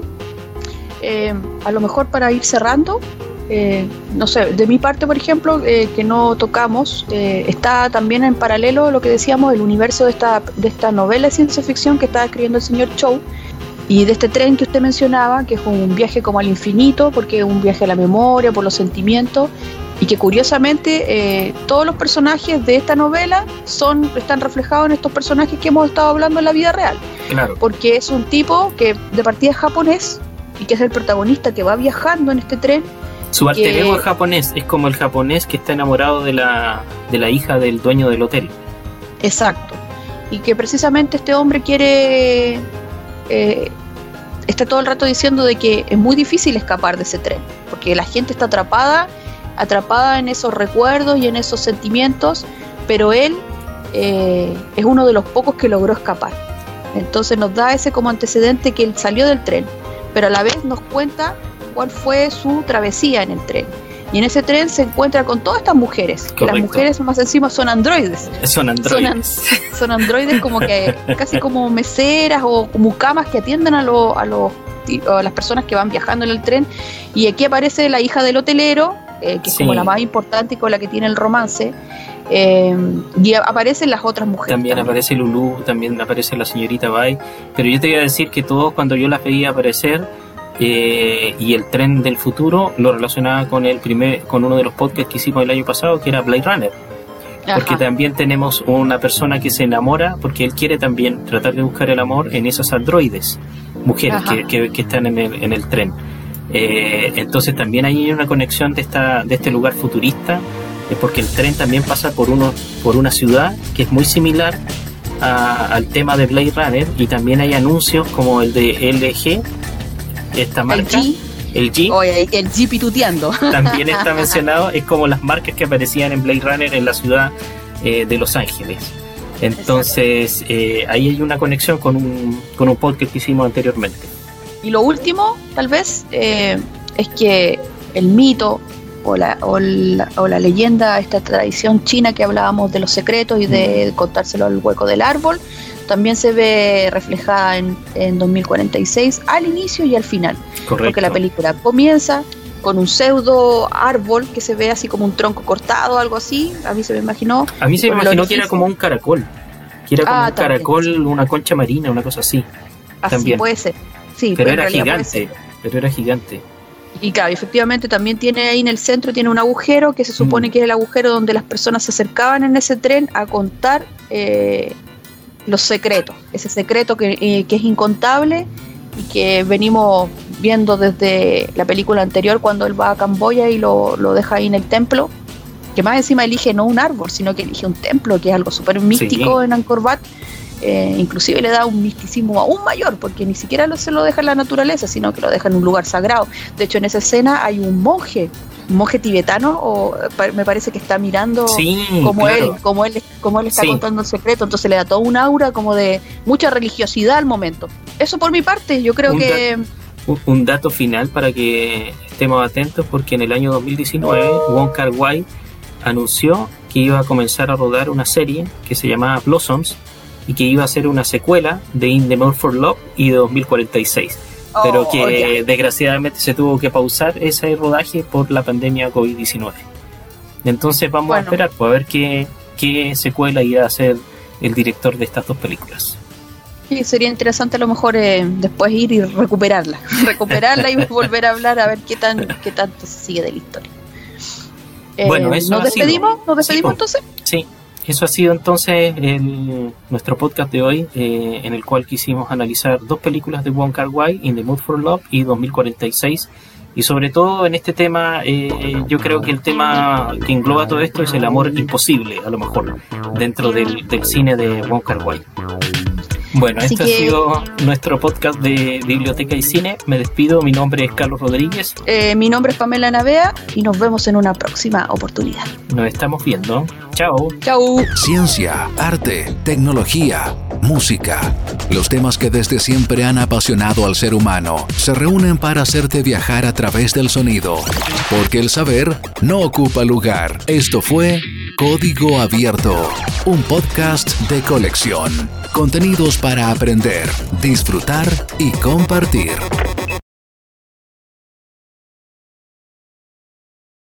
Eh, a lo mejor para ir cerrando, Eh, no sé, de mi parte, por ejemplo, eh, que no tocamos, eh, está también en paralelo lo que decíamos, el universo de esta, de esta novela de ciencia ficción que está escribiendo el señor Chow, y de este tren que usted mencionaba, que es un viaje como al infinito, porque es un viaje a la memoria, por los sentimientos, y que curiosamente eh, todos los personajes de esta novela son, están reflejados en estos personajes que hemos estado hablando en la vida real. Claro. Porque es un tipo que de partida es japonés, y que es el protagonista que va viajando en este tren. Su alter ego es japonés, es como el japonés que está enamorado de la, de la hija del dueño del hotel. Exacto. Y que precisamente este hombre quiere... Eh, está todo el rato diciendo de que es muy difícil escapar de ese tren, porque la gente está atrapada, atrapada en esos recuerdos y en esos sentimientos, pero él eh, es uno de los pocos que logró escapar. Entonces nos da ese como antecedente que él salió del tren, pero a la vez nos cuenta cuál fue su travesía en el tren. Y en ese tren se encuentra con todas estas mujeres. Correcto. Que las mujeres más encima son androides. Son androides. Son, son androides como que casi como meseras o como camas que atienden a, lo, a, los, a las personas que van viajando en el tren. Y aquí aparece la hija del hotelero, eh, que es sí. como la más importante y con la que tiene el romance. Eh, y aparecen las otras mujeres. También, también aparece Lulu, también aparece la señorita Bai. Pero yo te voy a decir que todos, cuando yo las veía aparecer, Eh, y el tren del futuro lo relacionaba con el primer, con uno de los podcasts que hicimos el año pasado, que era Blade Runner. Ajá. Porque también tenemos una persona que se enamora porque él quiere también tratar de buscar el amor en esos androides, mujeres que, que, que están en el, en el tren. Eh, entonces también hay una conexión de esta de este lugar futurista, eh, porque el tren también pasa por uno por una ciudad que es muy similar a, al tema de Blade Runner, y también hay anuncios como el de L G, esta marca, el G, el G, Oye, el G pituteando. También está mencionado, es como las marcas que aparecían en Blade Runner en la ciudad eh, de Los Ángeles. Entonces eh, ahí hay una conexión con un, con un podcast que hicimos anteriormente. Y lo último, tal vez, eh, es que el mito o la, o, la, o la leyenda, esta tradición china que hablábamos de los secretos y de contárselo al hueco del árbol, también se ve reflejada en, en dos mil cuarenta y seis al inicio y al final. Correcto. Porque la película comienza con un pseudo árbol que se ve así como un tronco cortado, algo así. A mí se me imaginó. A mí se me imaginó que era como un caracol. Que era como ah, un también, caracol, sí. Una concha marina, una cosa así. Así también. Puede ser. Sí, pero, pero era gigante. Pero era gigante. Y claro, efectivamente también tiene ahí en el centro tiene un agujero que se supone mm. que es el agujero donde las personas se acercaban en ese tren a contar eh, los secretos, ese secreto que, eh, que es incontable y que venimos viendo desde la película anterior cuando él va a Camboya y lo, lo deja ahí en el templo, que más encima elige no un árbol, sino que elige un templo, que es algo súper místico sí. en Angkor Wat, Eh, inclusive le da un misticismo aún mayor, porque ni siquiera lo, se lo deja en la naturaleza, sino que lo deja en un lugar sagrado. De hecho, en esa escena hay un monje, un monje tibetano, o pa, me parece que está mirando sí, como claro. él, como él, como él está Sí. contando el secreto, entonces le da todo un aura como de mucha religiosidad al momento. Eso por mi parte, yo creo Un que... Un, un dato final para que estemos atentos, porque en el año dos mil diecinueve Wong Kar-wai anunció que iba a comenzar a rodar una serie que se llamaba Blossoms y que iba a ser una secuela de In the Mood for Love y de dos mil cuarenta y seis, pero Oh, que ya. desgraciadamente se tuvo que pausar ese rodaje por la pandemia covid diecinueve. Entonces vamos Bueno. a esperar pues, a ver qué, qué secuela irá a hacer el director de estas dos películas. Sí, sería interesante a lo mejor eh, después ir y recuperarla, recuperarla y volver a hablar a ver qué tan qué tanto se sigue de la historia. Eh, Bueno, eso ¿Nos ha despedimos? sido. ¿Nos despedimos Sí, entonces? Sí, eso ha sido entonces el, nuestro podcast de hoy, eh, en el cual quisimos analizar dos películas de Wong Kar-wai, In the Mood for Love y dos mil cuarenta y seis. Y sobre todo en este tema, eh, yo creo que el tema que engloba todo esto es el amor imposible, a lo mejor, dentro del, del cine de Wong Kar-wai. Bueno, Así este que- ha sido nuestro podcast de Biblioteca y Cine. Me despido, mi nombre es Carlos Rodríguez. Eh, mi nombre es Pamela Navea y nos vemos en una próxima oportunidad. Nos estamos viendo. Chao. Chau. Ciencia, arte, tecnología, música. Los temas que desde siempre han apasionado al ser humano se reúnen para hacerte viajar a través del sonido. Porque el saber no ocupa lugar. Esto fue Código Abierto, un podcast de colección. Contenidos para aprender, disfrutar y compartir.